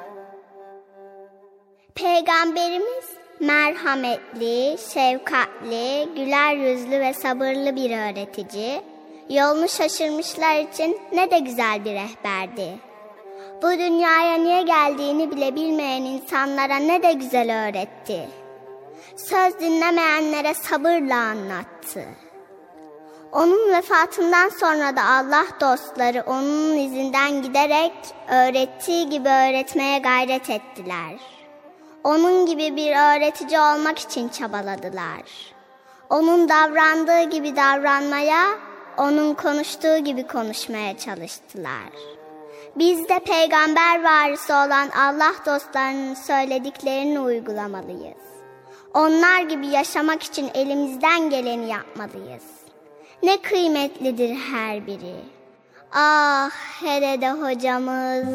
Speaker 7: Peygamberimiz merhametli, şefkatli, güler yüzlü ve sabırlı bir öğretici, yolunu şaşırmışlar için ne de güzel bir rehberdi. Bu dünyaya niye geldiğini bile bilmeyen insanlara ne de güzel öğretti. Söz dinlemeyenlere sabırla anlattı. Onun vefatından sonra da Allah dostları onun izinden giderek öğrettiği gibi öğretmeye gayret ettiler. Onun gibi bir öğretici olmak için çabaladılar. Onun davrandığı gibi davranmaya, onun konuştuğu gibi konuşmaya çalıştılar. Biz de peygamber varisi olan Allah dostlarının söylediklerini uygulamalıyız. Onlar gibi yaşamak için elimizden geleni yapmalıyız. Ne kıymetlidir her biri. Ah, hele de hocamız.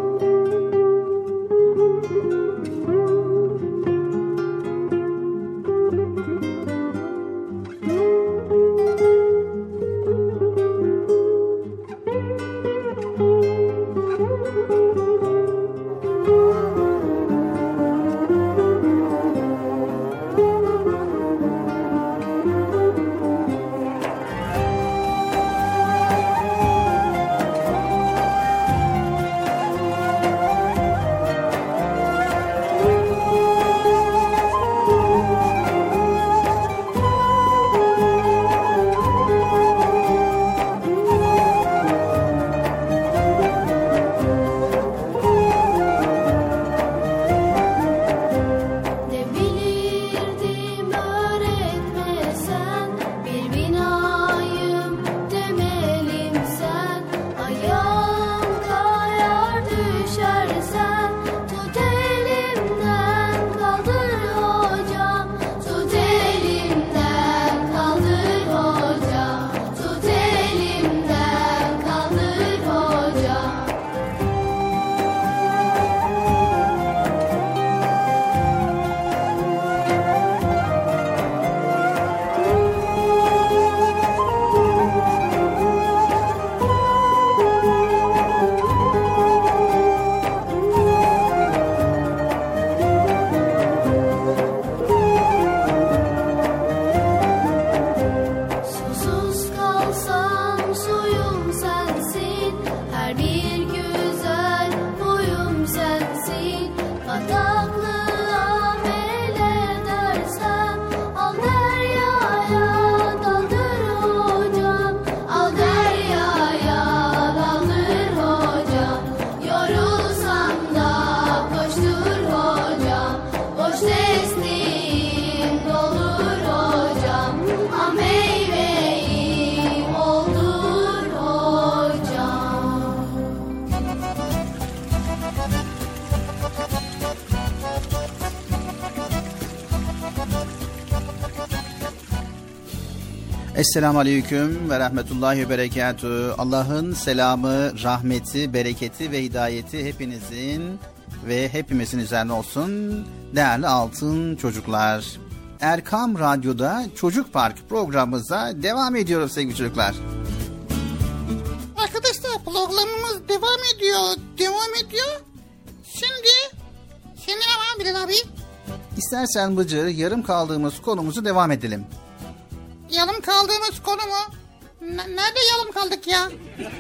Speaker 3: Esselamu Aleyküm ve Rahmetullahi ve Berekatühü. Allah'ın selamı, rahmeti, bereketi ve hidayeti hepinizin ve hepimizin üzerine olsun değerli altın çocuklar. Erkam Radyo'da Çocuk Park programımıza devam ediyoruz sevgili çocuklar.
Speaker 4: Arkadaşlar programımız devam ediyor. Şimdi ne var Bilal abi?
Speaker 3: İstersen Bıcır yarım kaldığımız konumuzu devam edelim.
Speaker 4: Yarım kaldığımız konu mu? Nerede yarım kaldık ya?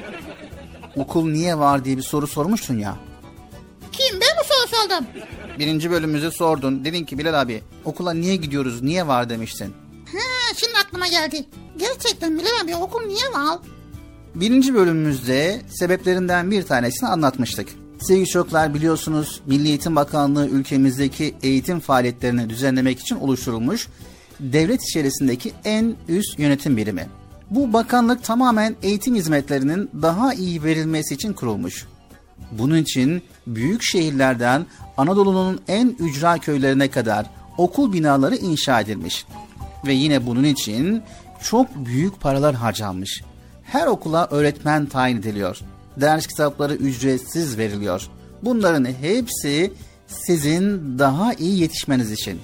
Speaker 3: Okul niye var diye bir soru sormuştun ya.
Speaker 4: Kim? Ben mi soru sordum?
Speaker 3: 1. bölümümüzü sordun. Dedin ki Bilal abi okula niye gidiyoruz, niye var demiştin.
Speaker 4: Şimdi aklıma geldi. Gerçekten Bilal abi okul niye var?
Speaker 3: 1. bölümümüzde sebeplerinden bir tanesini anlatmıştık. Sevgili çocuklar biliyorsunuz Milli Eğitim Bakanlığı ülkemizdeki eğitim faaliyetlerini düzenlemek için oluşturulmuş devlet içerisindeki en üst yönetim birimi. Bu bakanlık tamamen eğitim hizmetlerinin daha iyi verilmesi için kurulmuş. Bunun için büyük şehirlerden Anadolu'nun en ücra köylerine kadar okul binaları inşa edilmiş. Ve yine bunun için çok büyük paralar harcanmış. Her okula öğretmen tayin ediliyor. Ders kitapları ücretsiz veriliyor. Bunların hepsi sizin daha iyi yetişmeniz için.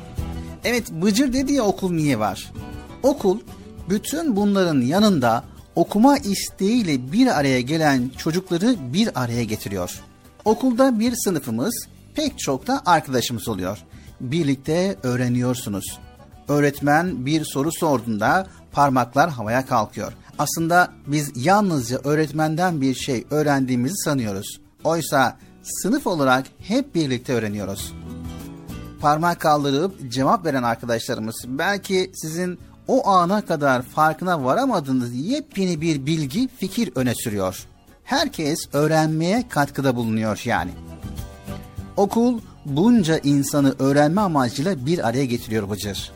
Speaker 3: Evet, Bıcır dedi ya okul niye var? Okul bütün bunların yanında okuma isteğiyle bir araya gelen çocukları bir araya getiriyor. Okulda bir sınıfımız, pek çok da arkadaşımız oluyor. Birlikte öğreniyorsunuz. Öğretmen bir soru sorduğunda parmaklar havaya kalkıyor. Aslında biz yalnızca öğretmenden bir şey öğrendiğimizi sanıyoruz. Oysa sınıf olarak hep birlikte öğreniyoruz. Parmak kaldırıp cevap veren arkadaşlarımız belki sizin o ana kadar farkına varamadığınız yepyeni bir bilgi, fikir öne sürüyor. Herkes öğrenmeye katkıda bulunuyor yani. Okul bunca insanı öğrenme amacıyla bir araya getiriyor Bıcır.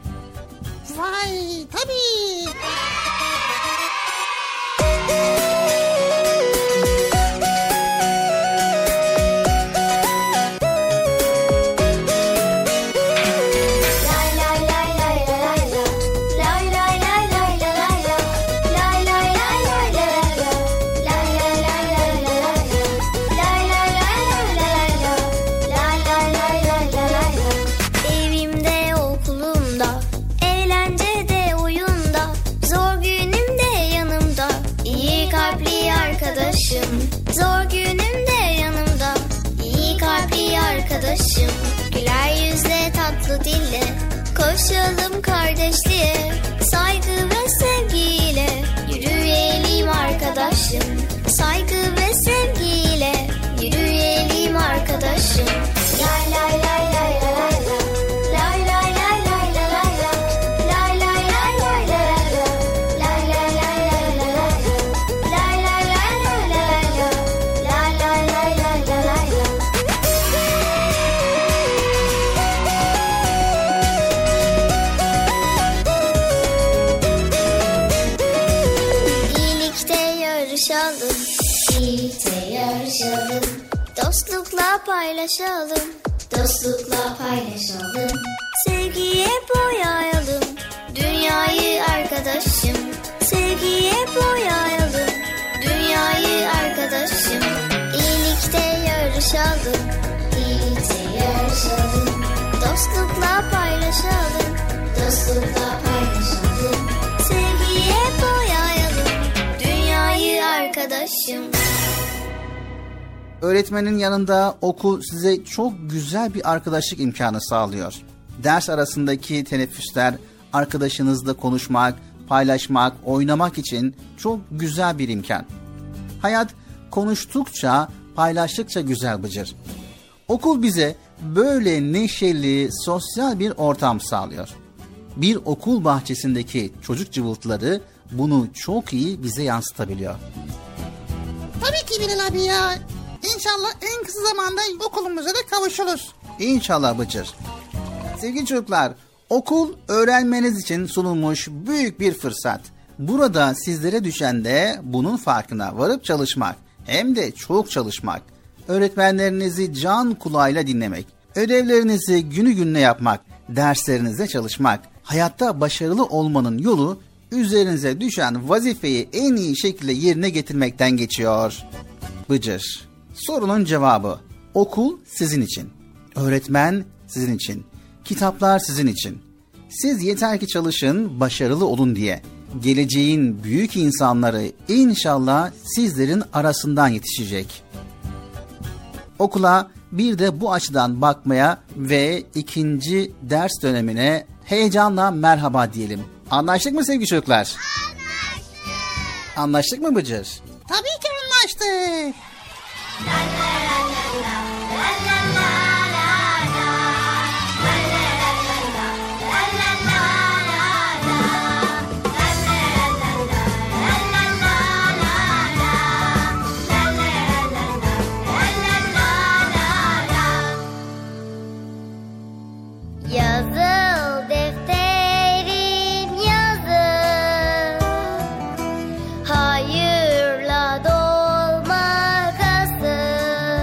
Speaker 4: Vay tabii.
Speaker 6: Evimde, okulumda, eğlencede, oyunda, zor günümde yanımda, iyi kalpli arkadaşım. Zor günümde yanımda, iyi kalpli arkadaşım. Güler yüzle, tatlı dille, koşalım kardeşliğe, saygı ve sevgiyle yürüyelim arkadaşım. Saygı ve sevgiyle yürüyelim arkadaşım. Lay lay lay lay lay lay. Lay lay lay lay lay lay. Lay lay lay lay lay lay. Lay lay lay lay lay lay. Lay lay lay lay lay lay. Lay lay lay lay lay lay. İyilikte yarışalım, iyilikte yarışalım. Dostlukla paylaşalım, dostlukla paylaşalım. Sevgiye boyayalım, dünyayı arkadaşım. Sevgiye boyayalım, dünyayı arkadaşım. İyilikte yarışalım, iyilikte yarışalım. Dostlukla paylaşalım, dostlukla paylaşalım. Sevgiye boyayalım, dünyayı arkadaşım.
Speaker 3: Öğretmenin yanında okul size çok güzel bir arkadaşlık imkanı sağlıyor. Ders arasındaki teneffüsler, arkadaşınızla konuşmak, paylaşmak, oynamak için çok güzel bir imkan. Hayat konuştukça, paylaştıkça güzel Bıcır. Okul bize böyle neşeli, sosyal bir ortam sağlıyor. Bir okul bahçesindeki çocuk cıvıltıları bunu çok iyi bize yansıtabiliyor.
Speaker 4: Tabii ki Bilal abi ya. İnşallah en kısa zamanda okulumuza da kavuşuruz.
Speaker 3: İnşallah Bıcır. Sevgili çocuklar, okul öğrenmeniz için sunulmuş büyük bir fırsat. Burada sizlere düşen de bunun farkına varıp çalışmak. Hem de çok çalışmak. Öğretmenlerinizi can kulağıyla dinlemek. Ödevlerinizi günü gününe yapmak. Derslerinize çalışmak. Hayatta başarılı olmanın yolu üzerinize düşen vazifeyi en iyi şekilde yerine getirmekten geçiyor. Bıcır. Sorunun cevabı: okul sizin için. Öğretmen sizin için. Kitaplar sizin için. Siz yeter ki çalışın, başarılı olun diye. Geleceğin büyük insanları inşallah sizlerin arasından yetişecek. Okula bir de bu açıdan bakmaya ve ikinci ders dönemine heyecanla merhaba diyelim. Anlaştık mı sevgili çocuklar?
Speaker 2: Anlaştık.
Speaker 3: Anlaştık mı Bıcır?
Speaker 4: Tabii ki anlaştık.
Speaker 6: Yazıl defterin yazıl, hayırla dolmak asıl.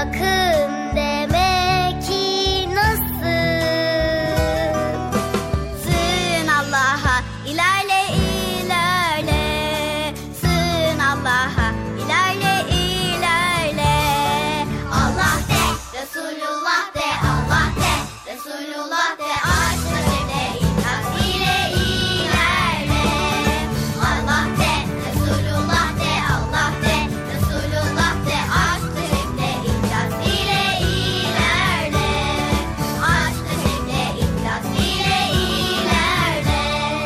Speaker 6: Sakın demek ki nasıl? Sığın Allah'a, ilerle ilerle. Sığın Allah'a, ilerle ilerle. Allah de, Resulullah de, Allah de, Resulullah de. Aşkla sevde idrak ile ilerle. Allah de, Resulullah de, Allah de, Resulullah de. Aşkla sevde idrak ile ilerle. Aşkla sevde idrak ile ilerle.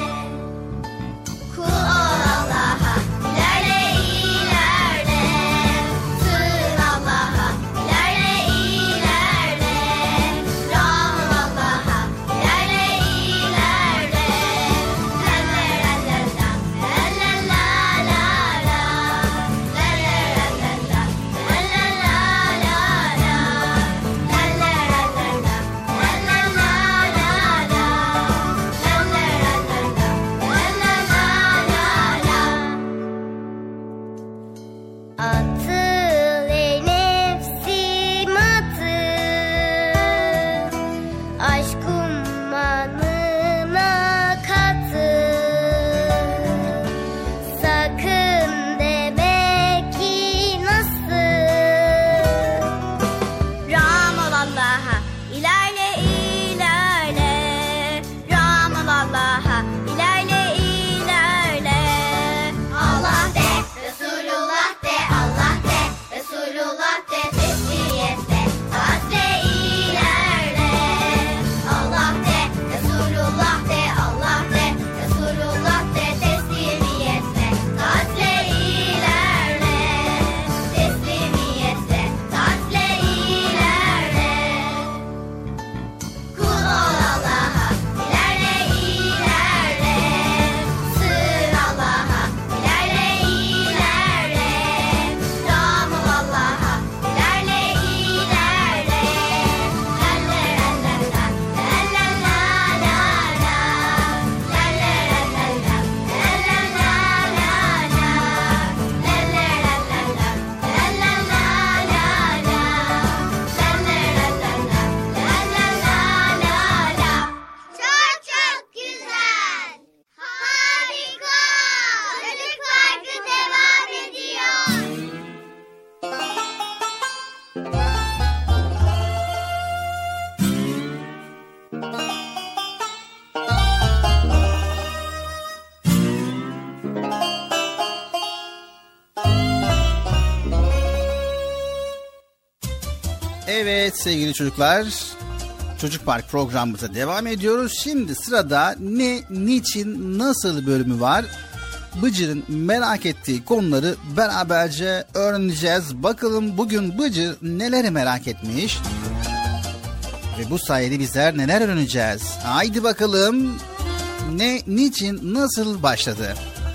Speaker 6: Kul ol Allah'a, ilerle ilerle. Sığın Allah'a, ilerle ilerle. Ram ol Allah'a, ilerle ilerle. La la la la la, la la la la la. La la la la la, la la la la la. La la la la la, la la la la la. Atıl ey nefsim atıl, aşk ummanına katıl. Sakın demek ki nasıl? Ram ol Allah'a, ilerle ilerle. Ram ol Allah'a, ilerle ilerle. Allah de, Resulullah de, Allah de, Resulullah de. Teslimiyetle, taatle ilerle. Allah de, Resulullah de, Allah de, Resulullah de. Teslimiyetle, taatle ilerle. Teslimiyetle, taatle ilerle. Kul ol Allah'a, ilerle ilerle. Sığın Allah'a, ilerle ilerle. Ram ol Allah'a, ilerle ilerle. La la la la la, la la la la la. La la la la la, la la la la la. La la la la la, la la la la la. Çok çok güzel. Harika. Çocuk Parkı devam ediyor.
Speaker 3: Evet sevgili çocuklar, Çocuk Park programımıza devam ediyoruz. Şimdi sırada ne, niçin, nasıl bölümü var. Bıcır'ın merak ettiği konuları beraberce öğreneceğiz. Bakalım bugün Bıcır neleri merak etmiş ve bu sayede bizler neler öğreneceğiz. Haydi bakalım, ne, niçin, nasıl başladı?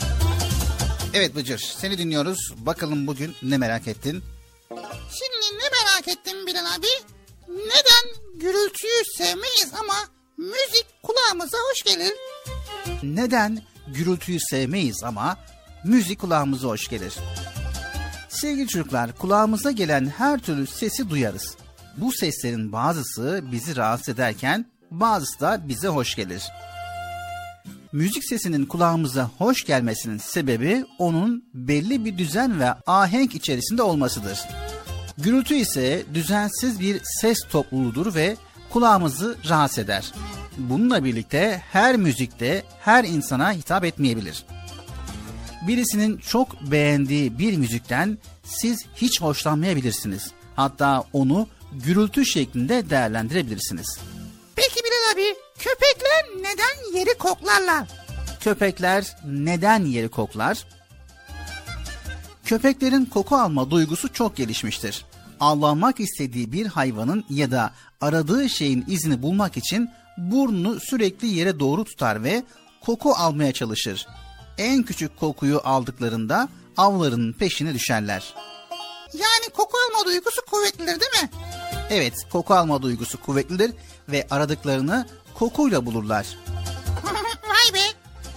Speaker 3: Evet Bıcır, seni dinliyoruz. Bakalım bugün ne merak ettin?
Speaker 4: Şimdi ne merak ettim Bilal abi? Neden gürültüyü sevmeyiz ama müzik kulağımıza hoş gelir?
Speaker 3: Neden gürültüyü sevmeyiz ama müzik kulağımıza hoş gelir? Sevgili çocuklar, kulağımıza gelen her türlü sesi duyarız. Bu seslerin bazısı bizi rahatsız ederken bazısı da bize hoş gelir. Müzik sesinin kulağımıza hoş gelmesinin sebebi onun belli bir düzen ve ahenk içerisinde olmasıdır. Gürültü ise düzensiz bir ses topluluğudur ve kulağımızı rahatsız eder. Bununla birlikte her müzikte her insana hitap etmeyebilir. Birisinin çok beğendiği bir müzikten siz hiç hoşlanmayabilirsiniz. Hatta onu gürültü şeklinde değerlendirebilirsiniz.
Speaker 4: Peki Bilal abi, köpekler neden yeri koklarlar?
Speaker 3: Köpekler neden yeri koklar? Köpeklerin koku alma duygusu çok gelişmiştir. Avlanmak istediği bir hayvanın ya da aradığı şeyin izini bulmak için burnunu sürekli yere doğru tutar ve koku almaya çalışır. En küçük kokuyu aldıklarında avlarının peşine düşerler.
Speaker 4: Yani koku alma duygusu kuvvetlidir değil mi?
Speaker 3: Evet, koku alma duygusu kuvvetlidir ve aradıklarını kokuyla bulurlar.
Speaker 4: Vay be!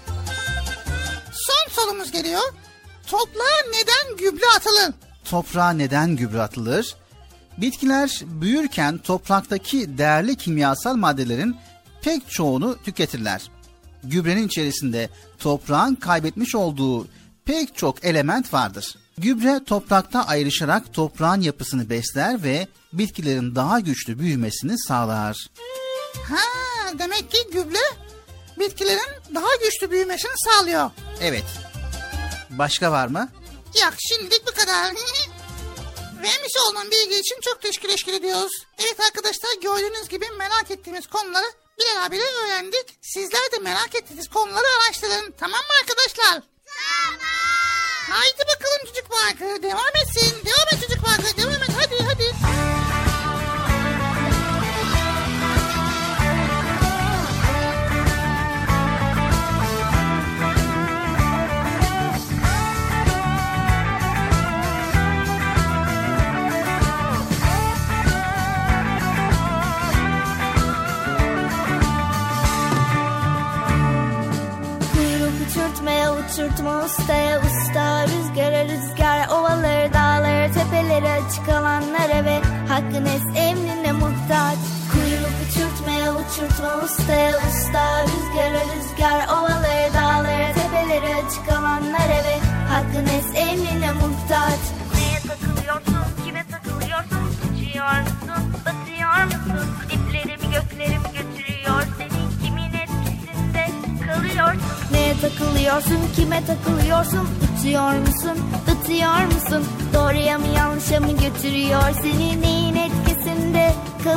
Speaker 4: Son sorumuz geliyor. Toprağa neden gübre atılır?
Speaker 3: Toprağa neden gübre atılır? Bitkiler büyürken topraktaki değerli kimyasal maddelerin pek çoğunu tüketirler. Gübrenin içerisinde toprağın kaybetmiş olduğu pek çok element vardır. Gübre toprakta ayrışarak toprağın yapısını besler ve bitkilerin daha güçlü büyümesini sağlar.
Speaker 4: Ha, demek ki gübre bitkilerin daha güçlü büyümesini sağlıyor.
Speaker 3: Evet. Başka var mı?
Speaker 4: Yok, şimdilik bu kadar. Vermiş olduğum bilgi için çok teşekkür ediyoruz. Evet arkadaşlar, gördüğünüz gibi merak ettiğimiz konuları Bilal abiyle öğrendik. Sizler de merak ettiğiniz konuları araştırın. Tamam mı arkadaşlar?
Speaker 2: Tamam.
Speaker 4: Haydi bakalım Çocuk Parkı. Devam etsin. Devam et Çocuk Parkı. Devam et. Hadi hadi.
Speaker 6: Uçurtmaya uçurtma ustaya usta, rüzgara rüzgar, ovaları dağları tepeleri açık alanlara ve hakkın emrine muhtaç. Kuyruk uçurtmaya uçurtma ustaya usta, rüzgara rüzgar, ovaları dağları tepeleri açık alanlara ve hakkın emrine muhtaç.
Speaker 8: Neye takılıyorsun, kime takılıyorsun, uçuyor musun, batıyor musun, diplerimi göklerimi götürüyor, senin kimin etkisinde kalıyorsun.
Speaker 6: Neye takılıyorsun, kime takılıyorsun, uçuyor musun, batıyor musun, doğruya mı yanlışa mı götürüyor, seni neyin etkisinde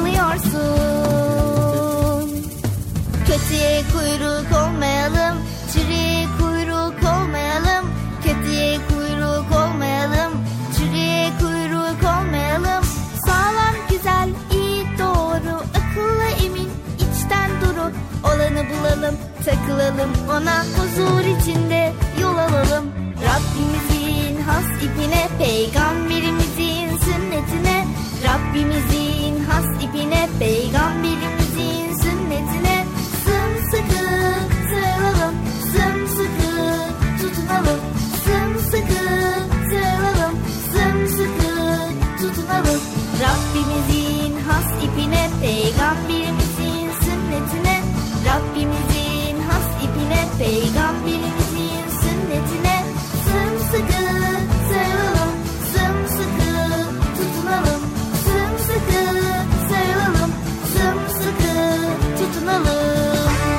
Speaker 6: kalıyorsun. Kötüye kuyruk olmayalım, çürüye kuyruk olmayalım, kötüye kuyruk olmayalım, çürüye kuyruk olmayalım. Sağlam, güzel, iyi, doğru, akıllı, emin, içten duru olanı bulalım, takılalım ona, huzur içinde yol alalım. Rabbimizin has ipine, peygamberimizin sünnetine, Rabbimizin has ipine, peygamberimizin sünnetine sımsıkı sarılalım, sımsıkı tutunalım, sımsıkı sarılalım, sımsıkı tutunalım. Rabbimizin has ipine, peygamberimizin sünnetine, Rabbimizin has ipine, peygamberimizin sünnetine sımsıkı sarılalım, sımsıkı tutunalım, sımsıkı sarılalım, sımsıkı tutunalım.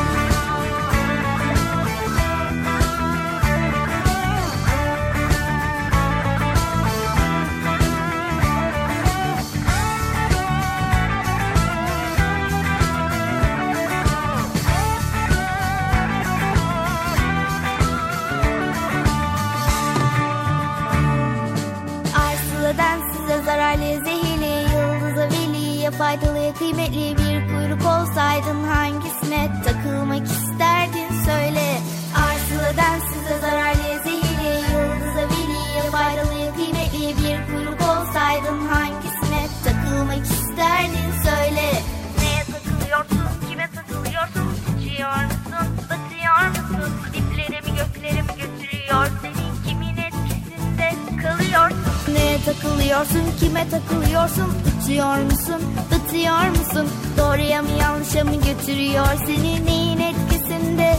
Speaker 6: Zararlı, zehirli, yıldıza veliye faydalı, kıymetli bir kuyruk olsaydın hangisine takılmak isterdin söyle. Arsılıdan size zararlı, zehirli, yıldıza veliye faydalı, kıymetli bir kuyruk olsaydın hangisine takılmak isterdin söyle.
Speaker 8: Neye takılıyorsun, kime takılıyorsun, uçuyor musun, batıyor musun, diplerimi göklerimi götürüyor, senin kimin etkisinde kalıyorsun.
Speaker 6: Neye takılıyorsun, kime takılıyorsun, uçuyor musun, batıyor musun, doğruya mı yanlışa mı götürüyor, seni neyin etkisinde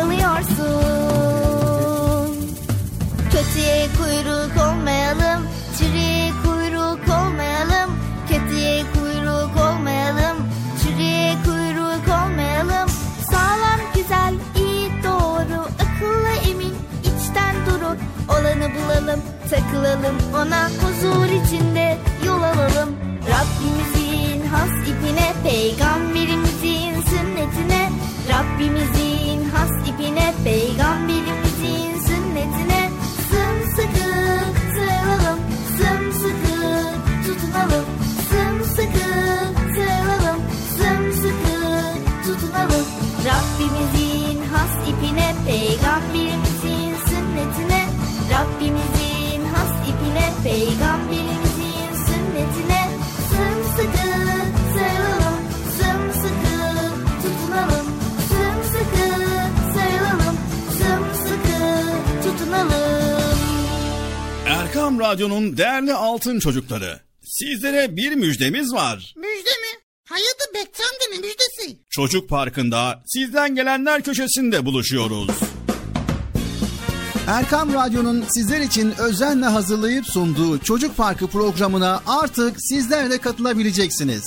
Speaker 6: kalıyorsun. Kötüye kuyruk olmayalım, çürüye kuyruk olmayalım, kötüye kuyruk olmayalım, çürüye kuyruk olmayalım. Sağlam, güzel, iyi, doğru, akıllı, emin, içten duru olanı bulalım, takılalım ona, huzur içinde yol alalım. Rabbimizin has ipine, peygamberimizin sünnetine, Rabbimizin has ipine, peygamberimizin sünnetine sımsıkı sarılalım, sımsıkı tutunalım, sımsıkı sarılalım, sımsıkı tutunalım. Rabbimizin has ipine, peygamberimizin sünnetine, Rabbimizin has ipine, peygamberimizin sünnetine sımsıkı sarılalım, sımsıkı tutunalım, sımsıkı sarılalım, sımsıkı tutunalım.
Speaker 5: Erkam Radyo'nun değerli altın çocukları, sizlere bir müjdemiz var.
Speaker 4: Müjde mi? Hayırdır Bekçi amca, ne müjdesi?
Speaker 5: Çocuk Parkı'nda sizden gelenler köşesinde buluşuyoruz.
Speaker 3: Erkam Radyo'nun sizler için özenle hazırlayıp sunduğu Çocuk Parkı programına artık sizler de katılabileceksiniz.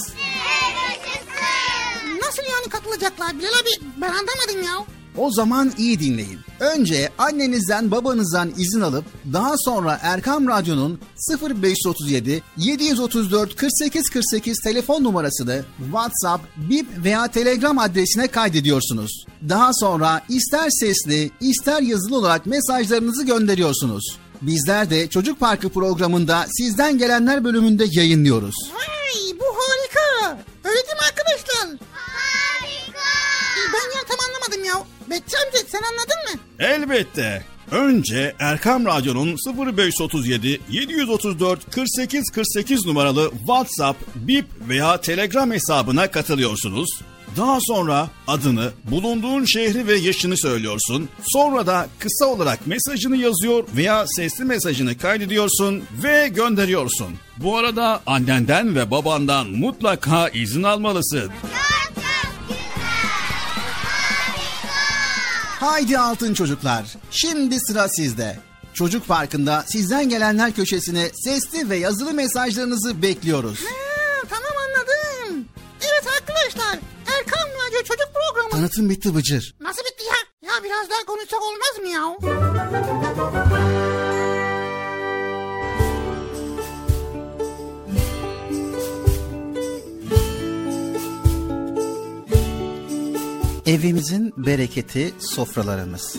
Speaker 4: Nasıl yani katılacaklar Bilal abi? Ben anlamadım ya.
Speaker 3: O zaman iyi dinleyin. Önce annenizden babanızdan izin alıp daha sonra Erkam Radyo'nun 0537 734 48 48 telefon numarasını WhatsApp, Bip veya Telegram adresine kaydediyorsunuz. Daha sonra ister sesli ister yazılı olarak mesajlarınızı gönderiyorsunuz. Bizler de Çocuk Parkı programında sizden gelenler bölümünde yayınlıyoruz.
Speaker 4: Vay, bu harika. Öyle değil mi arkadaşlar? Ben ya tam anlamadım ya. Bekçi amca sen anladın mı?
Speaker 5: Elbette. Önce Erkam Radyo'nun 0537 734 48 48 numaralı WhatsApp, Bip veya Telegram hesabına katılıyorsunuz. Daha sonra adını, bulunduğun şehri ve yaşını söylüyorsun. Sonra da kısa olarak mesajını yazıyor veya sesli mesajını kaydediyorsun ve gönderiyorsun. Bu arada annenden ve babandan mutlaka izin almalısın.
Speaker 3: Haydi altın çocuklar, şimdi sıra sizde. Çocuk Parkı'nda sizden gelenler köşesine sesli ve yazılı mesajlarınızı bekliyoruz.
Speaker 4: Tamam anladım. Evet arkadaşlar, Erkam Radyo Çocuk Programı.
Speaker 3: Tanıtım bitti Bıcır.
Speaker 4: Nasıl bitti ya? Ya biraz daha konuşsak olmaz mı ya?
Speaker 3: Evimizin bereketi sofralarımız.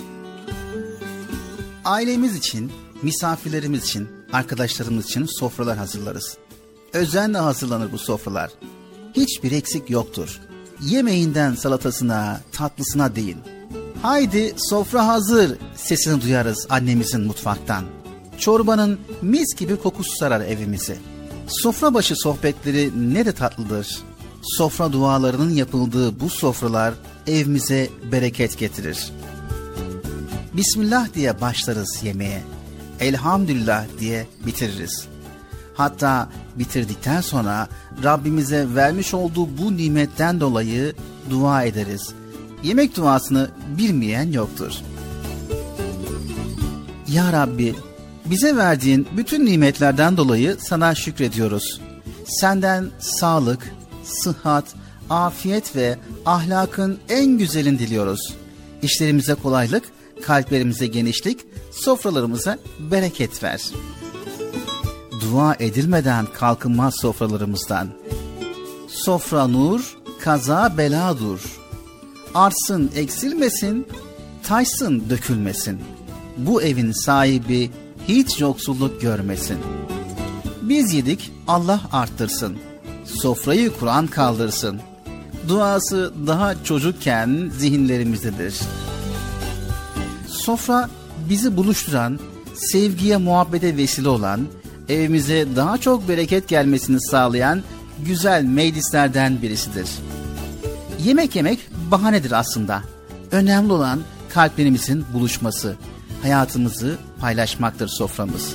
Speaker 3: Ailemiz için, misafirlerimiz için, arkadaşlarımız için sofralar hazırlarız. Özenle hazırlanır bu sofralar. Hiçbir eksik yoktur. Yemeğinden salatasına, tatlısına değin. Haydi sofra hazır sesini duyarız annemizin mutfaktan. Çorbanın mis gibi kokusu sarar evimizi. Sofra başı sohbetleri ne de tatlıdır. Sofra dualarının yapıldığı bu sofralar evimize bereket getirir. Bismillah diye başlarız yemeğe. Elhamdülillah diye bitiririz. Hatta bitirdikten sonra Rabbimize vermiş olduğu bu nimetten dolayı dua ederiz. Yemek duasını bilmeyen yoktur. Ya Rabbi, bize verdiğin bütün nimetlerden dolayı sana şükrediyoruz. Senden sağlık, sıhhat, afiyet ve ahlakın en güzelini diliyoruz. İşlerimize kolaylık, kalplerimize genişlik, sofralarımıza bereket ver. Dua edilmeden kalkınmaz sofralarımızdan. Sofra nur, kaza bela dur. Artsın eksilmesin, taşsın dökülmesin. Bu evin sahibi hiç yoksulluk görmesin. Biz yedik, Allah arttırsın. Sofrayı Kur'an kaldırsın. Duası daha çocukken zihinlerimizdedir. Sofra bizi buluşturan, sevgiye, muhabbete vesile olan, evimize daha çok bereket gelmesini sağlayan güzel meclislerden birisidir. Yemek yemek bahanedir aslında. Önemli olan kalplerimizin buluşması, hayatımızı paylaşmaktır soframız.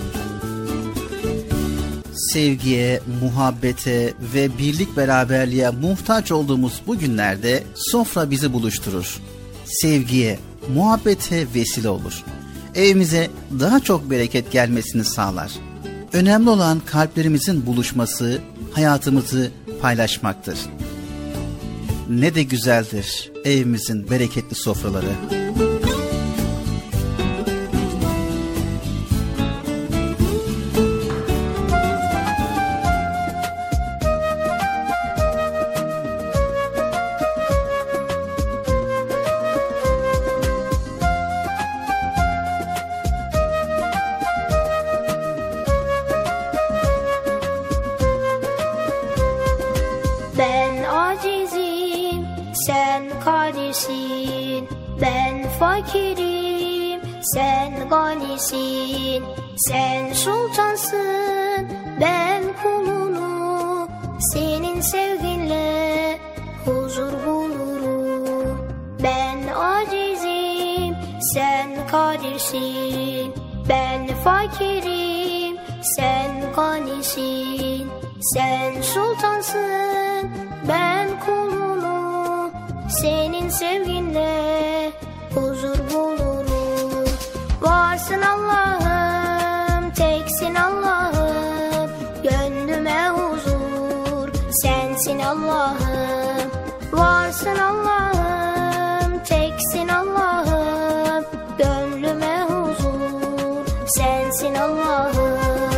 Speaker 3: Sevgiye, muhabbete ve birlik beraberliğe muhtaç olduğumuz bu günlerde sofra bizi buluşturur. Sevgiye, muhabbete vesile olur. Evimize daha çok bereket gelmesini sağlar. Önemli olan kalplerimizin buluşması, hayatımızı paylaşmaktır. Ne de güzeldir evimizin bereketli sofraları.
Speaker 6: Ben acizim, sen kadirsin. Ben fakirim, sen ganisin. Sen sultansın, ben kulunu. Senin sevginle huzur bulurum. Ben acizim, sen kadirsin. Ben fakirim, sen ganisin. Sen sultansın, ben kulunum. Senin sevginle huzur bulurum. Varsın Allah'ım, teksin Allah'ım. Gönlüme huzur, sensin Allah'ım. Varsın Allah'ım, teksin Allah'ım. Gönlüme huzur, sensin Allah'ım.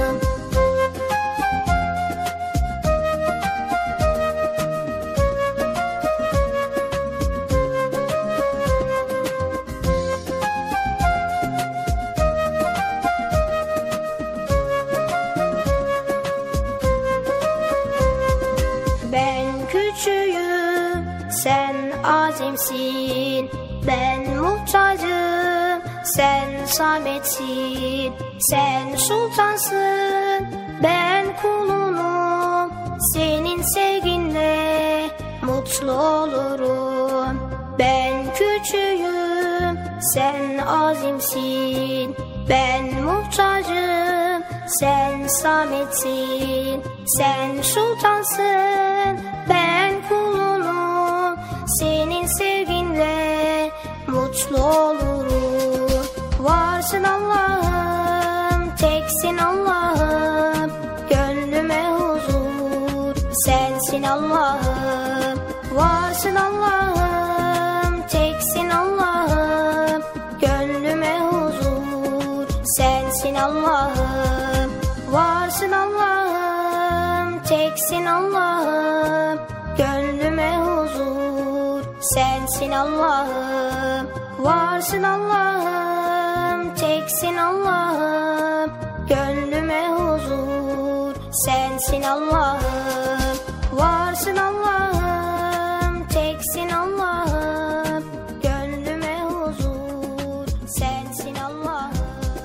Speaker 6: Sen azimsin, ben muhtacım, sen sametsin. Sen sultansın, ben kulunum. Senin sevginle mutlu olurum. Ben küçüğüm, sen azimsin. Ben muhtacım, sen sametsin. Sen sultansın, ben kulunum. Senin sevginle mutlu olurum. Varsın Allah'ım, teksin Allah'ım. Gönlüme huzur, sensin Allah'ım. Varsın Allah'ım, teksin Allah'ım. Gönlüme huzur, sensin Allah'ım. Varsın Allah'ım, teksin Allah'ım. Gönlüme huzur, sensin Allah'ım. Varsın Allah'ım, teksin Allah'ım. Gönlüme huzur, sensin Allah'ım. Varsın Allah'ım, teksin Allah'ım. Gönlüme huzur, sensin Allah'ım.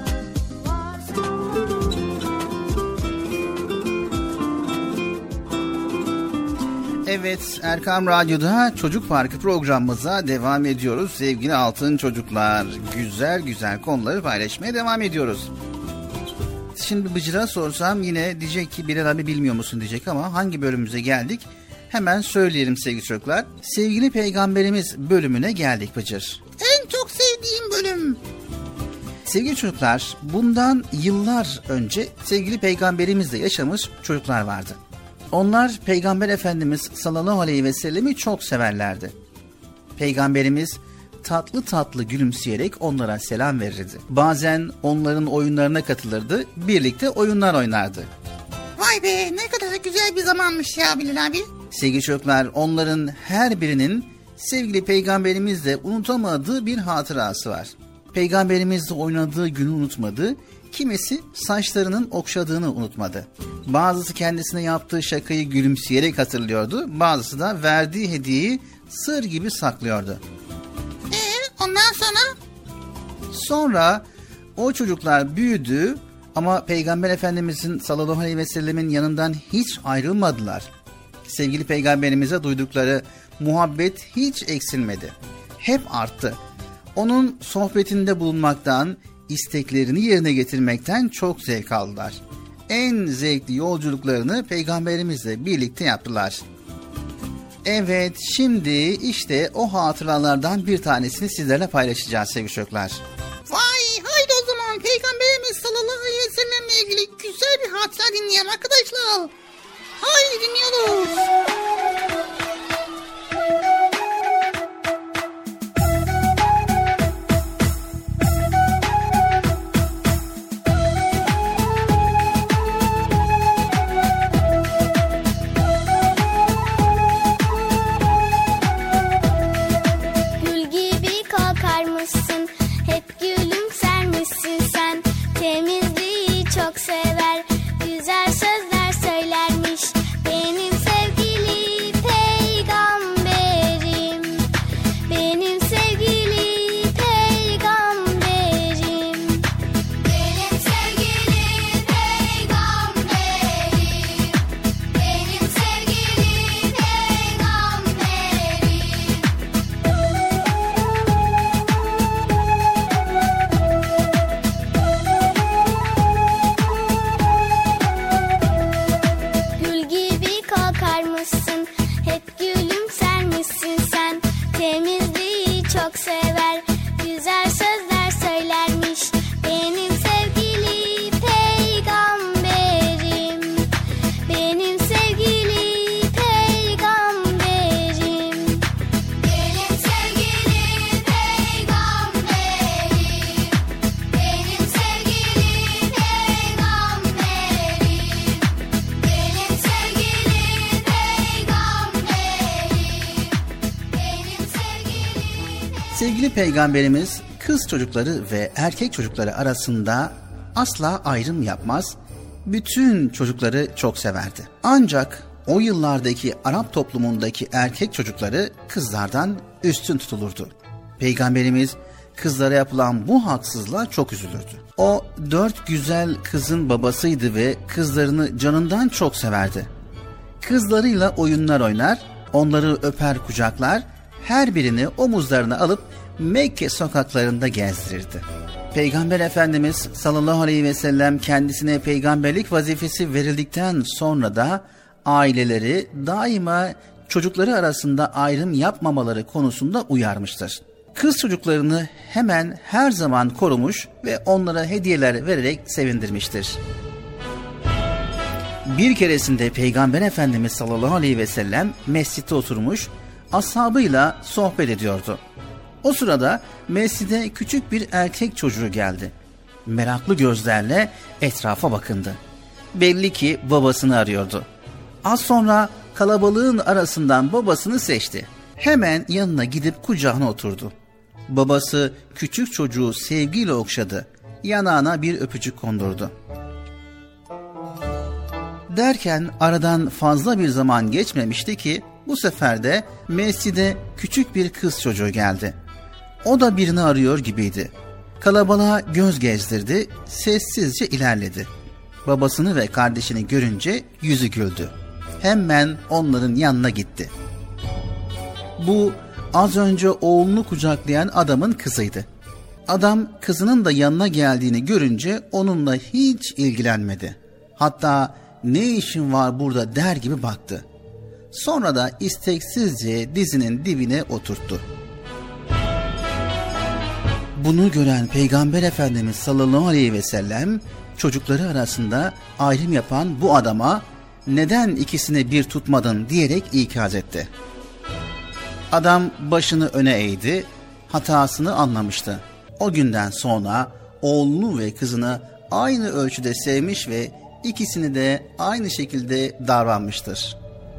Speaker 3: Evet, Erkam Radyo'da Çocuk Parkı programımıza devam ediyoruz. Sevgili altın çocuklar, güzel güzel konuları paylaşmaya devam ediyoruz. Şimdi Bıcır'a sorsam yine diyecek ki Bilal abi bilmiyor musun diyecek ama hangi bölümümüze geldik? Hemen söyleyelim sevgili çocuklar. Sevgili Peygamberimiz bölümüne geldik Bıcır.
Speaker 4: En çok sevdiğim bölüm.
Speaker 3: Sevgili çocuklar, bundan yıllar önce sevgili Peygamberimizle yaşamış çocuklar vardı. Onlar Peygamber Efendimiz sallallahu aleyhi ve sellemi çok severlerdi. Peygamberimiz tatlı tatlı gülümseyerek onlara selam verirdi. Bazen onların oyunlarına katılırdı, birlikte oyunlar oynardı.
Speaker 4: Vay be, ne kadar güzel bir zamanmış ya Bilal abi.
Speaker 3: Sevgili çocuklar, onların her birinin sevgili Peygamberimizle unutamadığı bir hatırası var. Peygamberimizle oynadığı günü unutmadı, kimisi saçlarının okşadığını unutmadı. Bazısı kendisine yaptığı şakayı gülümseyerek hatırlıyordu, bazısı da verdiği hediyeyi sır gibi saklıyordu.
Speaker 4: Ondan sonra?
Speaker 3: Sonra o çocuklar büyüdü ama Peygamber Efendimizin sallallahu aleyhi ve sellemin yanından hiç ayrılmadılar. Sevgili Peygamberimize duydukları muhabbet hiç eksilmedi. Hep arttı. Onun sohbetinde bulunmaktan, isteklerini yerine getirmekten çok zevk aldılar. En zevkli yolculuklarını Peygamberimizle birlikte yaptılar. Evet, şimdi işte o hatıralardan bir tanesini sizlerle paylaşacağız sevgili çocuklar.
Speaker 4: Vay, haydi o zaman Peygamberimiz sallallahu aleyhi ve sellemle ilgili güzel bir hatıra dinleyelim arkadaşlar. Haydi dinliyoruz.
Speaker 6: Temizliği çok sever, güzel sözler söylermiş. Benim çıkarmışsın. Hep gülümsermişsin sen. Temizliği çok sever, güzel sözler söylermiş. Benim sevgili peygamberim, benim sevgili peygamberim, benim sevgili peygamberim, benim sevgili peygamberim, benim sevgili peygamberim, benim sevgili.
Speaker 3: Sevgili peygamberimiz kız çocukları ve erkek çocukları arasında asla ayrım yapmaz, bütün çocukları çok severdi. Ancak o yıllardaki Arap toplumundaki erkek çocukları kızlardan üstün tutulurdu. Peygamberimiz kızlara yapılan bu haksızlığa çok üzülürdü. O 4 güzel kızın babasıydı ve kızlarını canından çok severdi. Kızlarıyla oyunlar oynar, onları öper kucaklar, her birini omuzlarına alıp Mekke sokaklarında gezdirirdi. Peygamber Efendimiz sallallahu aleyhi ve sellem kendisine peygamberlik vazifesi verildikten sonra da aileleri daima çocukları arasında ayrım yapmamaları konusunda uyarmıştır. Kız çocuklarını hemen her zaman korumuş ve onlara hediyeler vererek sevindirmiştir. Bir keresinde Peygamber Efendimiz sallallahu aleyhi ve sellem mescitte oturmuş, ashabıyla sohbet ediyordu. O sırada mescide küçük bir erkek çocuğu geldi. Meraklı gözlerle etrafa bakındı. Belli ki babasını arıyordu. Az sonra kalabalığın arasından babasını seçti. Hemen yanına gidip kucağına oturdu. Babası küçük çocuğu sevgiyle okşadı. Yanağına bir öpücük kondurdu. Derken aradan fazla bir zaman geçmemişti ki bu sefer de mescide küçük bir kız çocuğu geldi. O da birini arıyor gibiydi. Kalabalığa göz gezdirdi, sessizce ilerledi. Babasını ve kardeşini görünce yüzü güldü. Hemen onların yanına gitti. Bu az önce oğlunu kucaklayan adamın kızıydı. Adam kızının da yanına geldiğini görünce onunla hiç ilgilenmedi. Hatta ne işin var burada der gibi baktı. Sonra da isteksizce dizinin dibine oturttu. Bunu gören Peygamber Efendimiz sallallahu aleyhi ve sellem çocukları arasında ayrım yapan bu adama neden ikisini bir tutmadın diyerek ikaz etti. Adam başını öne eğdi, hatasını anlamıştı. O günden sonra oğlunu ve kızını aynı ölçüde sevmiş ve ikisini de aynı şekilde davranmıştır.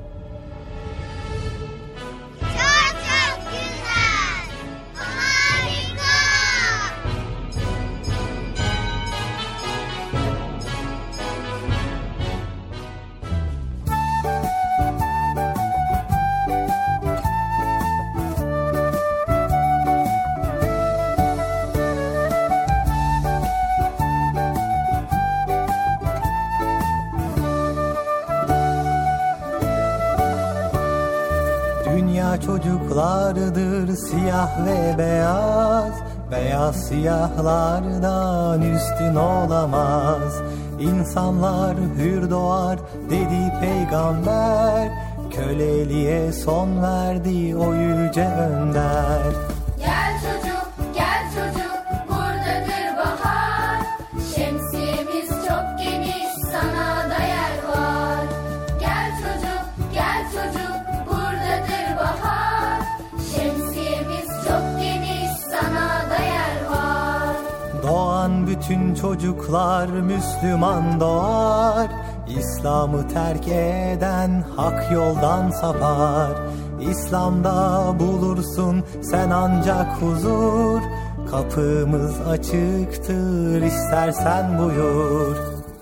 Speaker 9: Çocuklardır siyah ve beyaz, beyaz siyahlardan üstün olamaz. İnsanlar hür doğar dedi peygamber, köleliğe son verdi o yüce önder.
Speaker 2: Gel çocuk, gel çocuk, buradadır bahar. Şemsiyemiz çok geniş, sana da yer var. Gel çocuk, gel çocuk, buradadır bahar. Şemsiyemiz çok geniş, sana da yer var.
Speaker 9: Doğan bütün çocuklar Müslüman doğar. İslam'ı terk eden hak yoldan sapar. İslam'da bulursun sen ancak huzur. Kapımız açıktır, istersen buyur.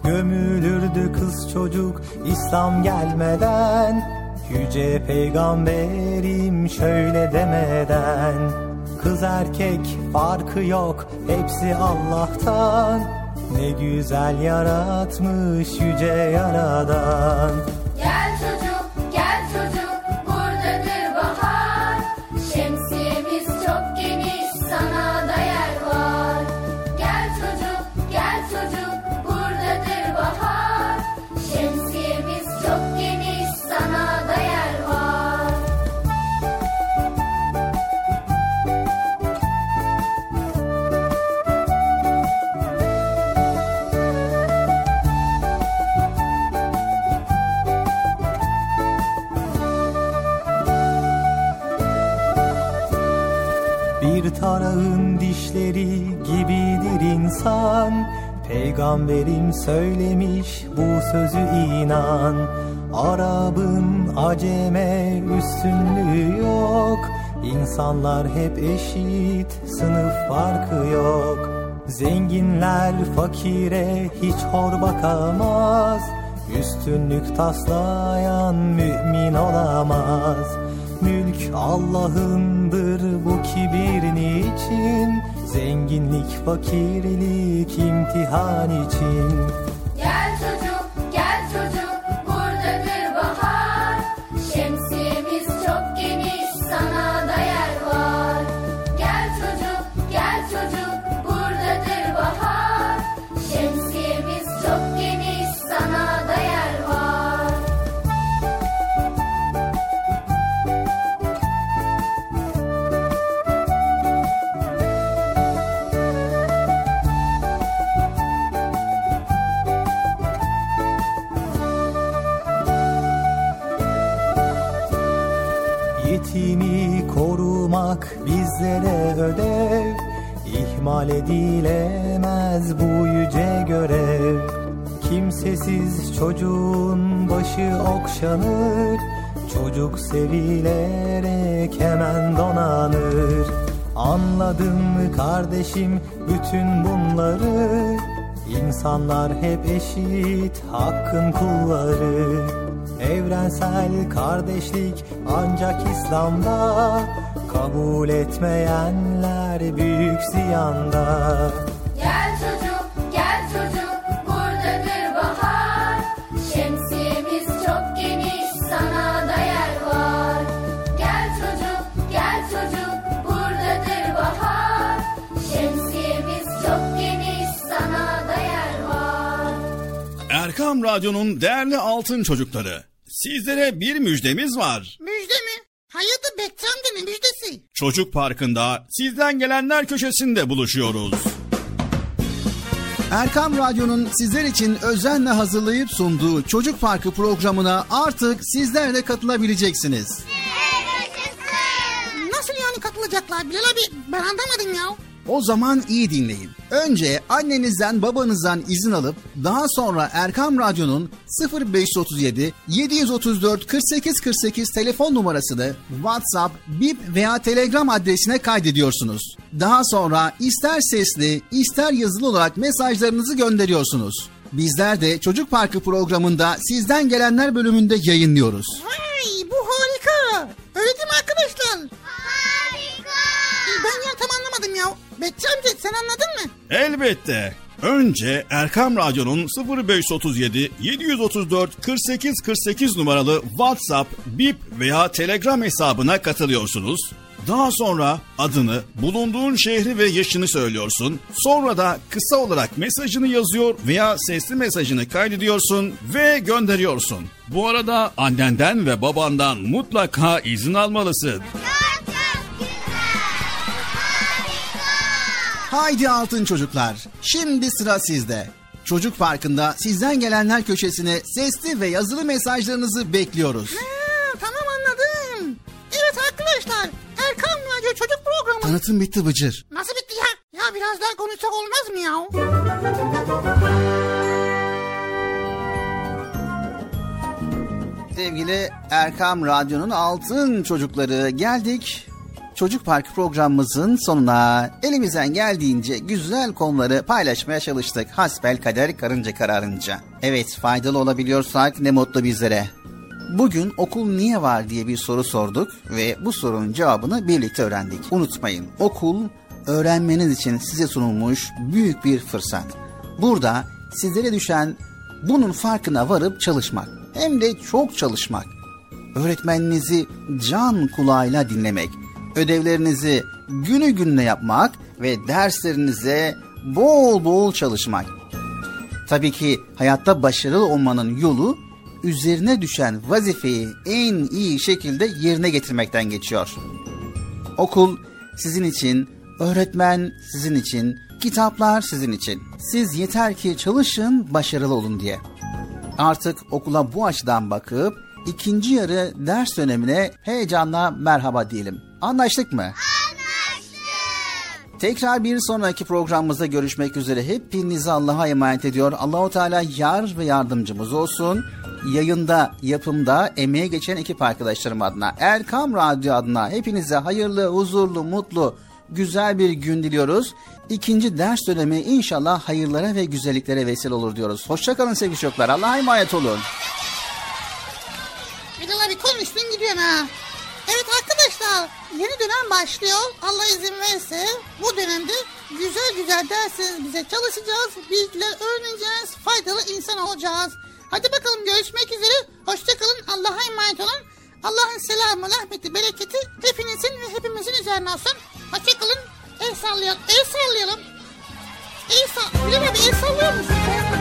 Speaker 9: Gömülürdü kız çocuk İslam gelmeden, yüce peygamberim şöyle demeden. Kız erkek farkı yok, hepsi Allah'tan. Ne güzel yaratmış yüce yaradan.
Speaker 2: Gel çocuk, gel çocuk, buradadır bahar. Şemsiyemiz çok geniş, sana da yer var. Gel çocuk, gel çocuk, buradadır bahar. Şemsiyemiz çok geniş, sana da
Speaker 9: Bir tarağın dişleri gibidir insan. Peygamberim söylemiş bu sözü inan. Arap'ın Acem'e üstünlüğü yok. İnsanlar hep eşit, sınıf farkı yok. Zenginler fakire hiç hor bakamaz. Üstünlük taslayan mümin olamaz. Mülk Allah'ındır, bu kibir niçin? Zenginlik fakirlik imtihan için.
Speaker 2: Gel çocuk, gel çocuk, buradadır bahar. Şemsiyemiz çok geniş, sana da yer var. Gel çocuk, buradadır bahar. Şemsiyemiz çok geniş, sana da yer var.
Speaker 9: Yetimi korumak bizlere ödev. İhmal edilemez bu yüce görev. Kimsesiz çocuğun başı okşanır. Çocuk sevilerek hemen donanır. Anladın mı kardeşim bütün bunları? İnsanlar hep eşit, hakkın kulları. Evrensel kardeşlik ancak İslam'da. Kabul etmeyenler büyük ziyanda.
Speaker 2: Gel çocuk, buradadır bahar. Şemsiyemiz çok geniş, sana da yer var. Gel çocuk, buradadır bahar. Şemsiyemiz çok geniş, sana da yer var.
Speaker 5: Erkam Radyo'nun değerli altın çocukları, sizlere bir müjdemiz var.
Speaker 4: Müjde mi? Hayırdır Bekçi amca, ne müjdesi?
Speaker 5: Çocuk Parkı'nda sizden gelenler köşesinde buluşuyoruz.
Speaker 3: Erkam Radyo'nun sizler için özenle hazırlayıp sunduğu Çocuk Parkı programına artık sizler de katılabileceksiniz.
Speaker 4: Nasıl yani katılacaklar Bilal abi? Ben anlamadım ya.
Speaker 3: O zaman iyi dinleyin. Önce annenizden babanızdan izin alıp daha sonra Erkam Radyo'nun 0537 734 48 48 telefon numarasını WhatsApp, Bip veya Telegram adresine kaydediyorsunuz. Daha sonra ister sesli ister yazılı olarak mesajlarınızı gönderiyorsunuz. Bizler de Çocuk Parkı programında sizden gelenler bölümünde yayınlıyoruz.
Speaker 4: Vay, bu harika. Öyle değil mi arkadaşlar? Harika. Ben ya tam anlamadım ya. Bekçi amca sen anladın mı?
Speaker 5: Elbette. Önce Erkam Radyo'nun 0537 734 48 48 numaralı WhatsApp, Bip veya Telegram hesabına katılıyorsunuz. Daha sonra adını, bulunduğun şehri ve yaşını söylüyorsun. Sonra da kısa olarak mesajını yazıyor veya sesli mesajını kaydediyorsun ve gönderiyorsun. Bu arada annenden ve babandan mutlaka izin almalısın.
Speaker 3: Haydi altın çocuklar, şimdi sıra sizde. Çocuk Parkı'nda sizden gelenler köşesine sesli ve yazılı mesajlarınızı bekliyoruz.
Speaker 4: Tamam anladım. Evet arkadaşlar, Erkam Radyo Çocuk Programı.
Speaker 3: Tanıtım bitti Bıcır.
Speaker 4: Nasıl bitti ya? Ya biraz daha konuşsak olmaz mı ya?
Speaker 3: Sevgili Erkam Radyo'nun altın çocukları, geldik Çocuk Parkı programımızın sonuna. Elimizden geldiğince güzel konuları paylaşmaya çalıştık. Hasbelkader karınca kararınca. Evet, faydalı olabiliyorsak ne mutlu bizlere. Bugün okul niye var diye bir soru sorduk ve bu sorunun cevabını birlikte öğrendik. Unutmayın, okul öğrenmeniz için size sunulmuş büyük bir fırsat. Burada sizlere düşen bunun farkına varıp çalışmak. Hem de çok çalışmak. Öğretmeninizi can kulağıyla dinlemek. Ödevlerinizi günü gününe yapmak ve derslerinize bol bol çalışmak. Tabii ki hayatta başarılı olmanın yolu üzerine düşen vazifeyi en iyi şekilde yerine getirmekten geçiyor. Okul sizin için, öğretmen sizin için, kitaplar sizin için. Siz yeter ki çalışın, başarılı olun diye. Artık okula bu açıdan bakıp ikinci yarı ders dönemine heyecanla merhaba diyelim. Anlaştık mı? Anlaştık. Tekrar bir sonraki programımızda görüşmek üzere. Hepinizi Allah'a emanet ediyor. Allah-u Teala yar ve yardımcımız olsun. Yayında, yapımda emeğe geçen ekip arkadaşlarım adına, Erkam Radyo adına hepinize hayırlı, huzurlu, mutlu, güzel bir gün diliyoruz. İkinci ders dönemi inşallah hayırlara ve güzelliklere vesile olur diyoruz. Hoşçakalın sevgili çocuklar. Allah'a emanet olun.
Speaker 4: Bilal abi konuştun gidiyorsun ha. Evet arkadaşlar, yeni dönem başlıyor. Allah izin verirse bu dönemde güzel derslerimize çalışacağız. Bilgiler öğreneceğiz. Faydalı insan olacağız. Hadi bakalım görüşmek üzere. Hoşçakalın. Allah'a emanet olun. Allah'ın selamı, rahmeti, bereketi hepinizin ve hepimizin üzerine olsun. Hoşçakalın. El sallayalım. El sallayalım. Bilal abi el sallıyor musun?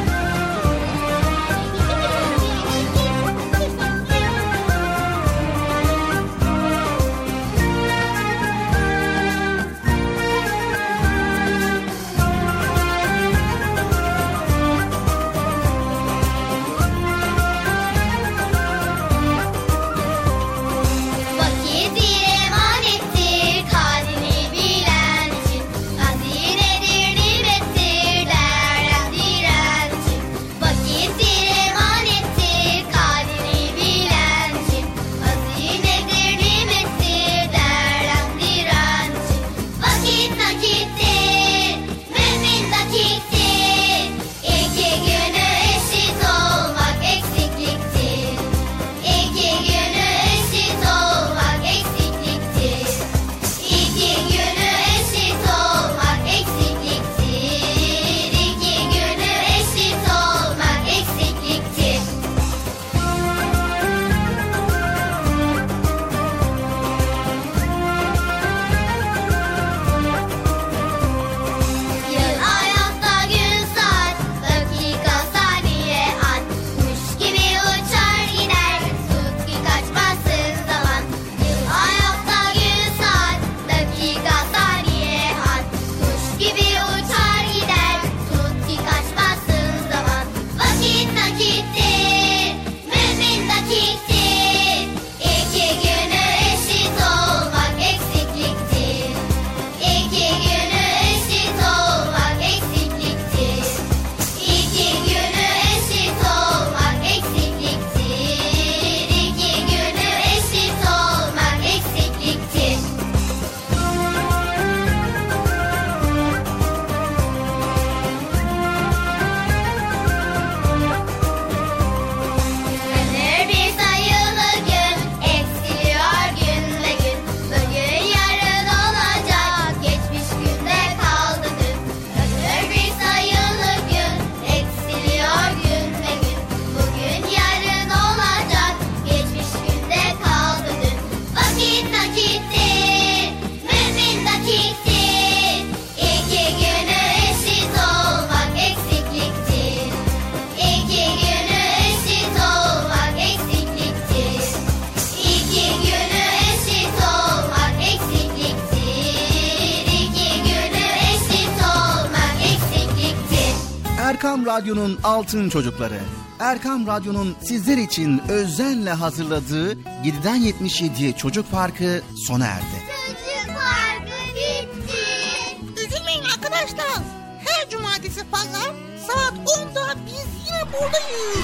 Speaker 3: Erkam Radyo'nun Altın Çocukları. Erkam Radyo'nun sizler için özenle hazırladığı 7'den 77'ye Çocuk Parkı sona erdi.
Speaker 7: Çocuk Parkı bitti.
Speaker 4: Üzülmeyin arkadaşlar. Her cumartesi pazar saat 10'da biz yine buradayız.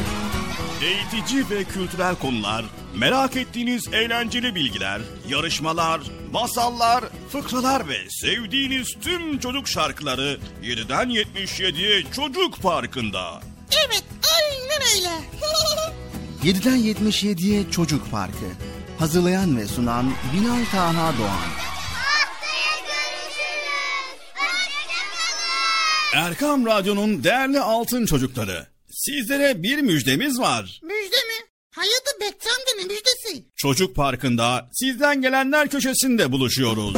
Speaker 5: Eğitici ve kültürel konular, merak ettiğiniz eğlenceli bilgiler, yarışmalar, masallar, fıkralar ve sevdiğiniz tüm çocuk şarkıları 7'den 77'ye Çocuk Parkı'nda.
Speaker 4: Evet, aynen öyle.
Speaker 3: 7'den 77'ye Çocuk Parkı. Hazırlayan ve sunan Bilal Taha Doğan.
Speaker 7: Haftaya görüşürüz. Hoşçakalın.
Speaker 5: Erkam Radyo'nun değerli altın çocukları, sizlere bir müjdemiz var.
Speaker 4: Müjde mi? Hayırdır Bekçi amca, ne müjdesi?
Speaker 5: Çocuk Parkı'nda sizden gelenler köşesinde buluşuyoruz.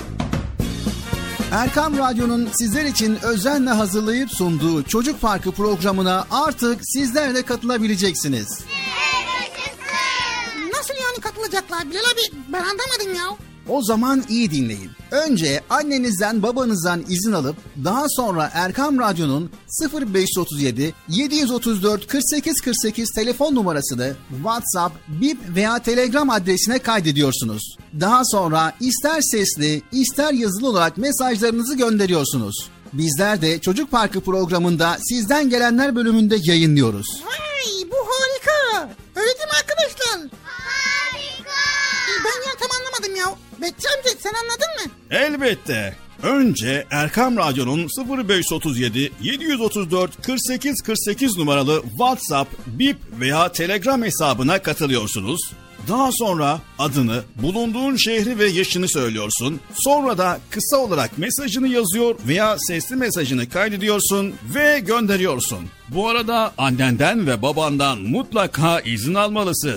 Speaker 3: Erkam Radyo'nun sizler için özenle hazırlayıp sunduğu Çocuk Parkı programına artık sizler de katılabileceksiniz.
Speaker 4: Nasıl yani katılacaklar Bilal abi? Ben anlamadım ya.
Speaker 3: O zaman iyi dinleyin. Önce annenizden babanızdan izin alıp daha sonra Erkam Radyo'nun 0537 734 48 48 telefon numarasını WhatsApp, Bip veya Telegram adresine kaydediyorsunuz. Daha sonra ister sesli ister yazılı olarak mesajlarınızı gönderiyorsunuz. Bizler de Çocuk Parkı programında Sizden Gelenler bölümünde yayınlıyoruz.
Speaker 4: Vay, bu harika. Öyle değil mi arkadaşlar?
Speaker 7: Harika.
Speaker 4: Ben ya tam anlamadım ya. Betçi amca sen anladın mı?
Speaker 5: Elbette. Önce Erkam Radyo'nun 0537 734 48 48 numaralı WhatsApp, Bip veya Telegram hesabına katılıyorsunuz. Daha sonra adını, bulunduğun şehri ve yaşını söylüyorsun. Sonra da kısa olarak mesajını yazıyor veya sesli mesajını kaydediyorsun ve gönderiyorsun. Bu arada annenden ve babandan mutlaka izin almalısın.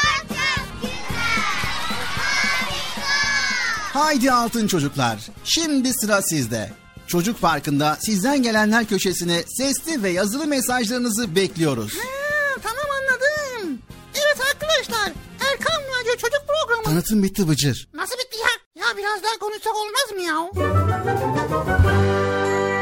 Speaker 3: Haydi altın çocuklar, şimdi sıra sizde. Çocuk Parkı'nda Sizden Gelenler köşesine sesli ve yazılı mesajlarınızı bekliyoruz.
Speaker 4: Tamam anladım. Evet arkadaşlar, Erkam Radyo Çocuk Programı.
Speaker 3: Tanıtım bitti Bıcır.
Speaker 4: Nasıl bitti ya? Ya biraz daha konuşsak olmaz mı ya?